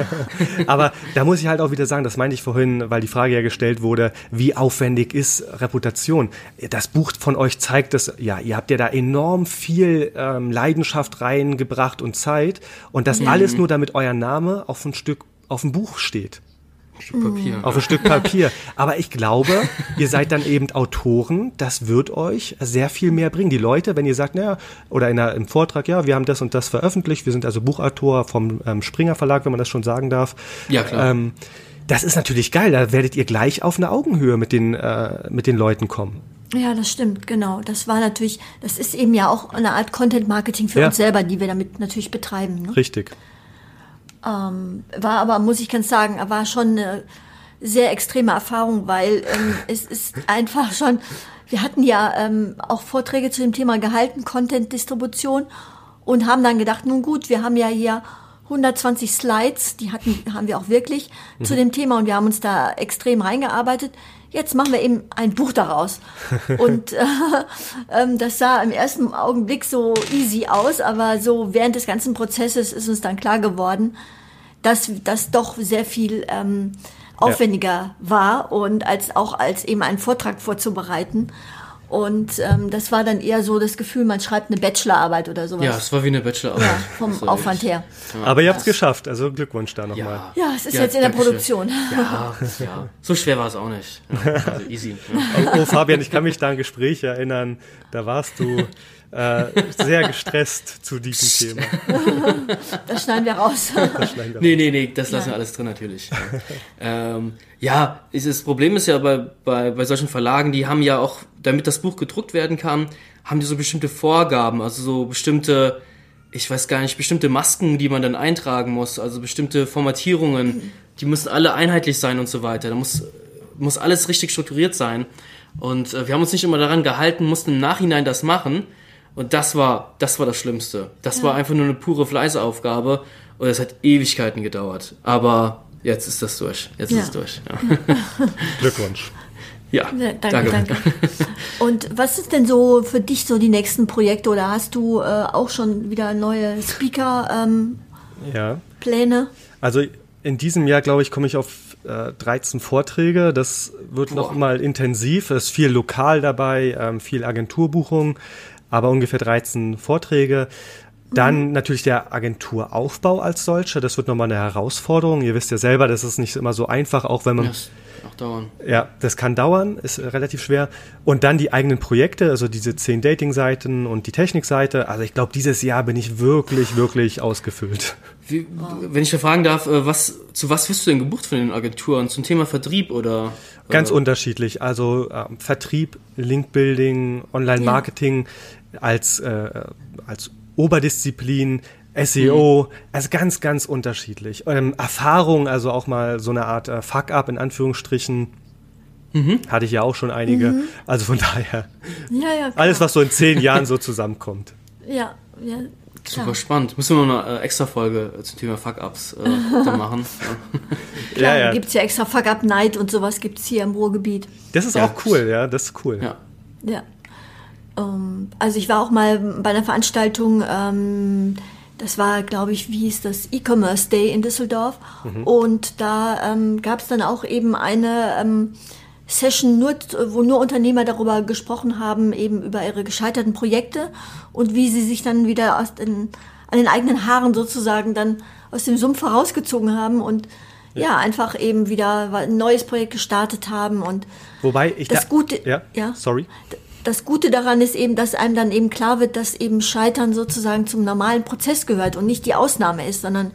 Aber da muss ich halt auch wieder sagen, das meinte ich vorhin, weil die Frage ja gestellt wurde, wie aufwendig ist Reputation? Das Buch von euch zeigt das, ja, ihr habt ja da enorm viel ähm, Leidenschaft reingebracht und Zeit und das ja. alles nur, damit euer Name auf ein Stück, auf ein Buch steht. Stück Papier. Auf ein Stück Papier. Aber ich glaube, ihr seid dann eben Autoren, das wird euch sehr viel mehr bringen. Die Leute, wenn ihr sagt, naja, oder in einer, im Vortrag, ja, wir haben das und das veröffentlicht, wir sind also Buchautor vom ähm, Springer Verlag, wenn man das schon sagen darf. Ja, klar. Ähm, das ist natürlich geil, da werdet ihr gleich auf eine Augenhöhe mit den, äh, mit den Leuten kommen. Ja, das stimmt, genau. Das war natürlich, das ist eben ja auch eine Art Content-Marketing für ja. uns selber, die wir damit natürlich betreiben. Ne? Richtig. Ähm, war aber, muss ich ganz sagen, war schon eine sehr extreme Erfahrung, weil ähm, es ist einfach schon, wir hatten ja ähm, auch Vorträge zu dem Thema gehalten, Content-Distribution, und haben dann gedacht, nun gut, wir haben ja hier hundertzwanzig Slides, die hatten, haben wir auch wirklich mhm. zu dem Thema, und wir haben uns da extrem reingearbeitet. Jetzt machen wir eben ein Buch daraus. Und äh, äh, das sah im ersten Augenblick so easy aus, aber so während des ganzen Prozesses ist uns dann klar geworden, dass das doch sehr viel ähm, aufwendiger ja. war, und als auch als eben einen Vortrag vorzubereiten. Und ähm, das war dann eher so das Gefühl, man schreibt eine Bachelorarbeit oder sowas. Ja, es war wie eine Bachelorarbeit. Ja, vom Aufwand her. Ja. Aber ihr habt es geschafft, also Glückwunsch da nochmal. Ja. ja, es ist ja, jetzt in der Produktion. Ja, ja, so schwer war es auch nicht. Ja, also easy. Ja. Oh, oh, Fabian, ich kann mich da an ein Gespräch erinnern, da warst du äh, sehr gestresst zu diesem Thema. Das schneiden wir raus. Das schneiden wir nee, nee, nee, das lassen wir alles drin natürlich. Ja, ähm, ja ist, das Problem ist ja bei, bei, bei solchen Verlagen, die haben ja auch, damit das Buch gedruckt werden kann, haben die so bestimmte Vorgaben, also so bestimmte, ich weiß gar nicht, bestimmte Masken, die man dann eintragen muss, also bestimmte Formatierungen, die müssen alle einheitlich sein und so weiter. Da muss, muss alles richtig strukturiert sein. Und äh, wir haben uns nicht immer daran gehalten, mussten im Nachhinein das machen. Und das war, das war das Schlimmste. Das ja. war einfach nur eine pure Fleißaufgabe, und es hat Ewigkeiten gedauert. Aber jetzt ist das durch. Jetzt ja. ist es durch. Ja. Glückwunsch. Ja, ja danke, danke. Und was ist denn so für dich so die nächsten Projekte? Oder hast du äh, auch schon wieder neue Speaker ähm, ja. Pläne? Also in diesem Jahr, glaube ich, komme ich auf äh, dreizehn Vorträge. Das wird Boah. noch mal intensiv. Es ist viel lokal dabei, ähm, viel Agenturbuchung, aber ungefähr dreizehn Vorträge. Dann mhm. natürlich der Agenturaufbau als solcher. Das wird nochmal eine Herausforderung. Ihr wisst ja selber, das ist nicht immer so einfach, auch wenn man... Das auch dauern. Ja, das kann dauern, ist relativ schwer. Und dann die eigenen Projekte, also diese zehn Dating-Seiten und die Technikseite. Also ich glaube, dieses Jahr bin ich wirklich, wirklich ausgefüllt. Wie, wenn ich da fragen darf, was, zu was wirst du denn gebucht von den Agenturen? Zum Thema Vertrieb oder? Ganz äh, unterschiedlich. Also äh, Vertrieb, Linkbuilding, Online-Marketing ja. als, äh, als Oberdisziplin, S E O, mhm. also ganz, ganz unterschiedlich. Ähm, Erfahrung, also auch mal so eine Art äh, Fuck-up in Anführungsstrichen, mhm. hatte ich ja auch schon einige. Mhm. Also von daher, ja, ja, alles, was so in zehn Jahren so zusammenkommt. Ja, ja. Klar. Super spannend. Müssen wir noch eine äh, extra Folge äh, zum Thema Fuck-Ups äh, dann machen. Klar, ja, ja. Gibt es ja extra Fuck-Up-Night und sowas gibt es hier im Ruhrgebiet. Das ist ja. auch cool, ja, das ist cool. Ja. Ja. Um, also ich war auch mal bei einer Veranstaltung, ähm, das war, glaube ich, wie hieß das, E-Commerce Day in Düsseldorf. Mhm. Und da ähm, gab es dann auch eben eine ähm, Session, nur, wo nur Unternehmer darüber gesprochen haben, eben über ihre gescheiterten Projekte und wie sie sich dann wieder aus den, an den eigenen Haaren sozusagen dann aus dem Sumpf herausgezogen haben und ja, ja einfach eben wieder ein neues Projekt gestartet haben. Und wobei ich das da, Gute, ja, ja, sorry. Das Gute daran ist eben, dass einem dann eben klar wird, dass eben Scheitern sozusagen zum normalen Prozess gehört und nicht die Ausnahme ist, sondern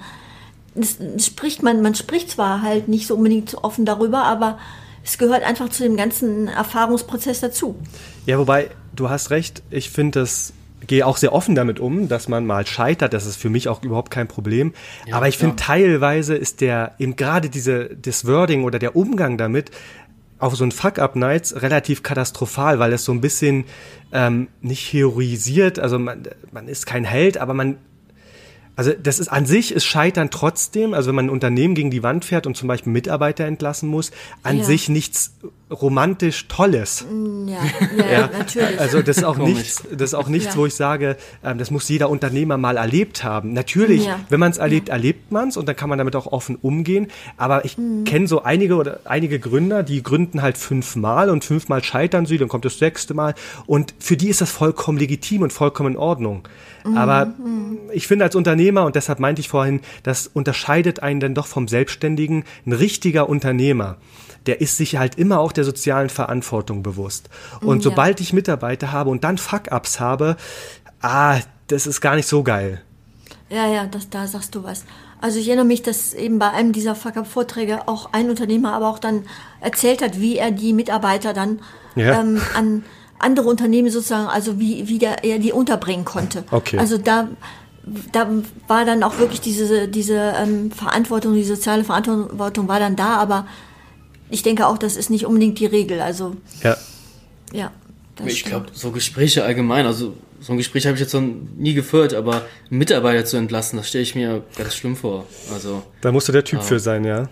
es spricht man, man spricht zwar halt nicht so unbedingt offen darüber, aber es gehört einfach zu dem ganzen Erfahrungsprozess dazu. Ja, wobei, du hast recht, ich finde das, gehe auch sehr offen damit um, dass man mal scheitert, das ist für mich auch überhaupt kein Problem, ja, aber ich finde teilweise ist der, eben gerade diese, das Wording oder der Umgang damit auf so ein Fuck-Up-Nights relativ katastrophal, weil es so ein bisschen ähm, nicht heroisiert, also man, man ist kein Held, aber man, also das ist an sich, ist Scheitern trotzdem, also wenn man ein Unternehmen gegen die Wand fährt und zum Beispiel Mitarbeiter entlassen muss, an ja. sich nichts romantisch Tolles. Ja, ja, ja, natürlich. Also das ist auch nichts, das ist auch nichts, ja. wo ich sage, ähm, das muss jeder Unternehmer mal erlebt haben. Natürlich, ja. wenn man es erlebt, ja. erlebt man es und dann kann man damit auch offen umgehen. Aber ich mhm. kenne so einige oder einige Gründer, die gründen halt fünfmal und fünfmal scheitern sie, dann kommt das sechste Mal und für die ist das vollkommen legitim und vollkommen in Ordnung. Mhm. Aber mhm. ich finde als Unternehmer, und deshalb meinte ich vorhin, das unterscheidet einen dann doch vom Selbstständigen, ein richtiger Unternehmer. Der ist sich halt immer auch der sozialen Verantwortung bewusst. Und ja. sobald ich Mitarbeiter habe und dann Fuck-Ups habe, ah, das ist gar nicht so geil. Ja, ja, das, da sagst du was. Also ich erinnere mich, dass eben bei einem dieser Fuck-Up-Vorträge auch ein Unternehmer aber auch dann erzählt hat, wie er die Mitarbeiter dann ja. ähm, an andere Unternehmen sozusagen, also wie, wie der, er die unterbringen konnte. Okay. Also da da war dann auch wirklich diese, diese ähm, Verantwortung, die soziale Verantwortung war dann da, aber ich denke auch, das ist nicht unbedingt die Regel. Also ja, ja das ich glaube, so Gespräche allgemein, also so ein Gespräch habe ich jetzt noch nie geführt, aber Mitarbeiter zu entlassen, das stelle ich mir ganz schlimm vor. Also da musst du der Typ ja. für sein, ja.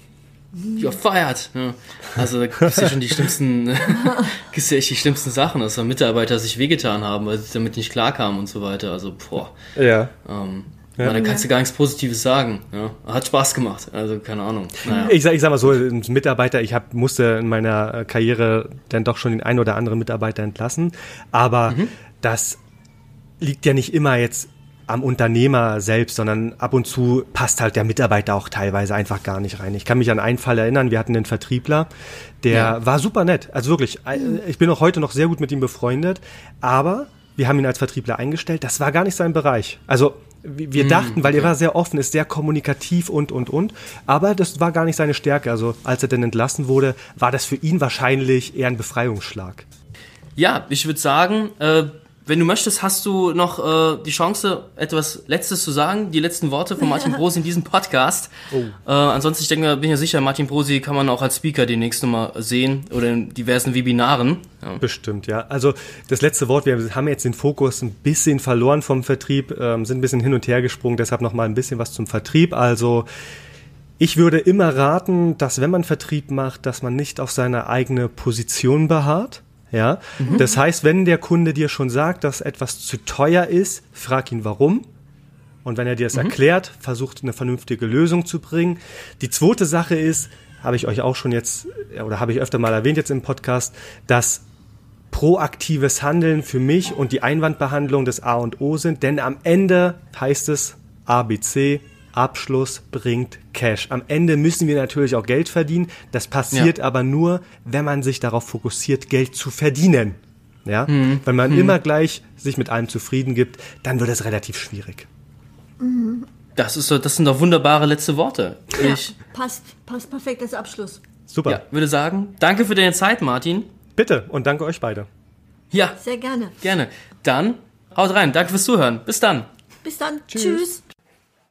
Ja, feiert. Ja. Also da gibt's ja schon die schlimmsten, gibt's ja echt die schlimmsten Sachen, dass da Mitarbeiter sich wehgetan haben, weil sie damit nicht klarkamen und so weiter. Also boah. Ja. Ähm, Ja. Da kannst du gar nichts Positives sagen. Ja. Hat Spaß gemacht. Also keine Ahnung. Naja. Ich sag, ich sag mal so, ein Mitarbeiter, ich hab, musste in meiner Karriere dann doch schon den einen oder anderen Mitarbeiter entlassen. Aber mhm. das liegt ja nicht immer jetzt am Unternehmer selbst, sondern ab und zu passt halt der Mitarbeiter auch teilweise einfach gar nicht rein. Ich kann mich an einen Fall erinnern, wir hatten einen Vertriebler, der ja. war super nett. Also wirklich, ich bin auch heute noch sehr gut mit ihm befreundet, aber wir haben ihn als Vertriebler eingestellt, das war gar nicht sein Bereich. Also wir mm, dachten, weil okay. er war sehr offen, ist sehr kommunikativ und, und, und, aber das war gar nicht seine Stärke. Also als er dann entlassen wurde, war das für ihn wahrscheinlich eher ein Befreiungsschlag. Ja, ich würde sagen, äh, wenn du möchtest, hast du noch äh, die Chance, etwas Letztes zu sagen, die letzten Worte von Martin Brosi in diesem Podcast. Oh. Äh, ansonsten, ich denke, bin ja sicher, Martin Brosi kann man auch als Speaker demnächst nochmal sehen oder in diversen Webinaren. Ja. Bestimmt, ja. Also das letzte Wort, wir haben jetzt den Fokus ein bisschen verloren vom Vertrieb, ähm, sind ein bisschen hin und her gesprungen, deshalb nochmal ein bisschen was zum Vertrieb. Also ich würde immer raten, dass wenn man Vertrieb macht, dass man nicht auf seine eigene Position beharrt. Ja, mhm. Das heißt, wenn der Kunde dir schon sagt, dass etwas zu teuer ist, frag ihn warum. Und wenn er dir das mhm. erklärt, versucht eine vernünftige Lösung zu bringen. Die zweite Sache ist, habe ich euch auch schon jetzt, oder habe ich öfter mal erwähnt jetzt im Podcast, dass proaktives Handeln für mich und die Einwandbehandlung das A und O sind. Denn am Ende heißt es A B C, Abschluss bringt Cash. Am Ende müssen wir natürlich auch Geld verdienen. Das passiert ja. aber nur, wenn man sich darauf fokussiert, Geld zu verdienen. Ja? Mhm. Wenn man mhm. immer gleich sich mit allem zufrieden gibt, dann wird es relativ schwierig. Das ist so, das sind doch wunderbare letzte Worte. Ja, ich passt, passt perfekt als Abschluss. Super. Ja, würde sagen, danke für deine Zeit, Martin. Bitte und danke euch beide. Ja. Sehr gerne. Gerne. Dann haut rein. Danke fürs Zuhören. Bis dann. Bis dann. Tschüss. Tschüss.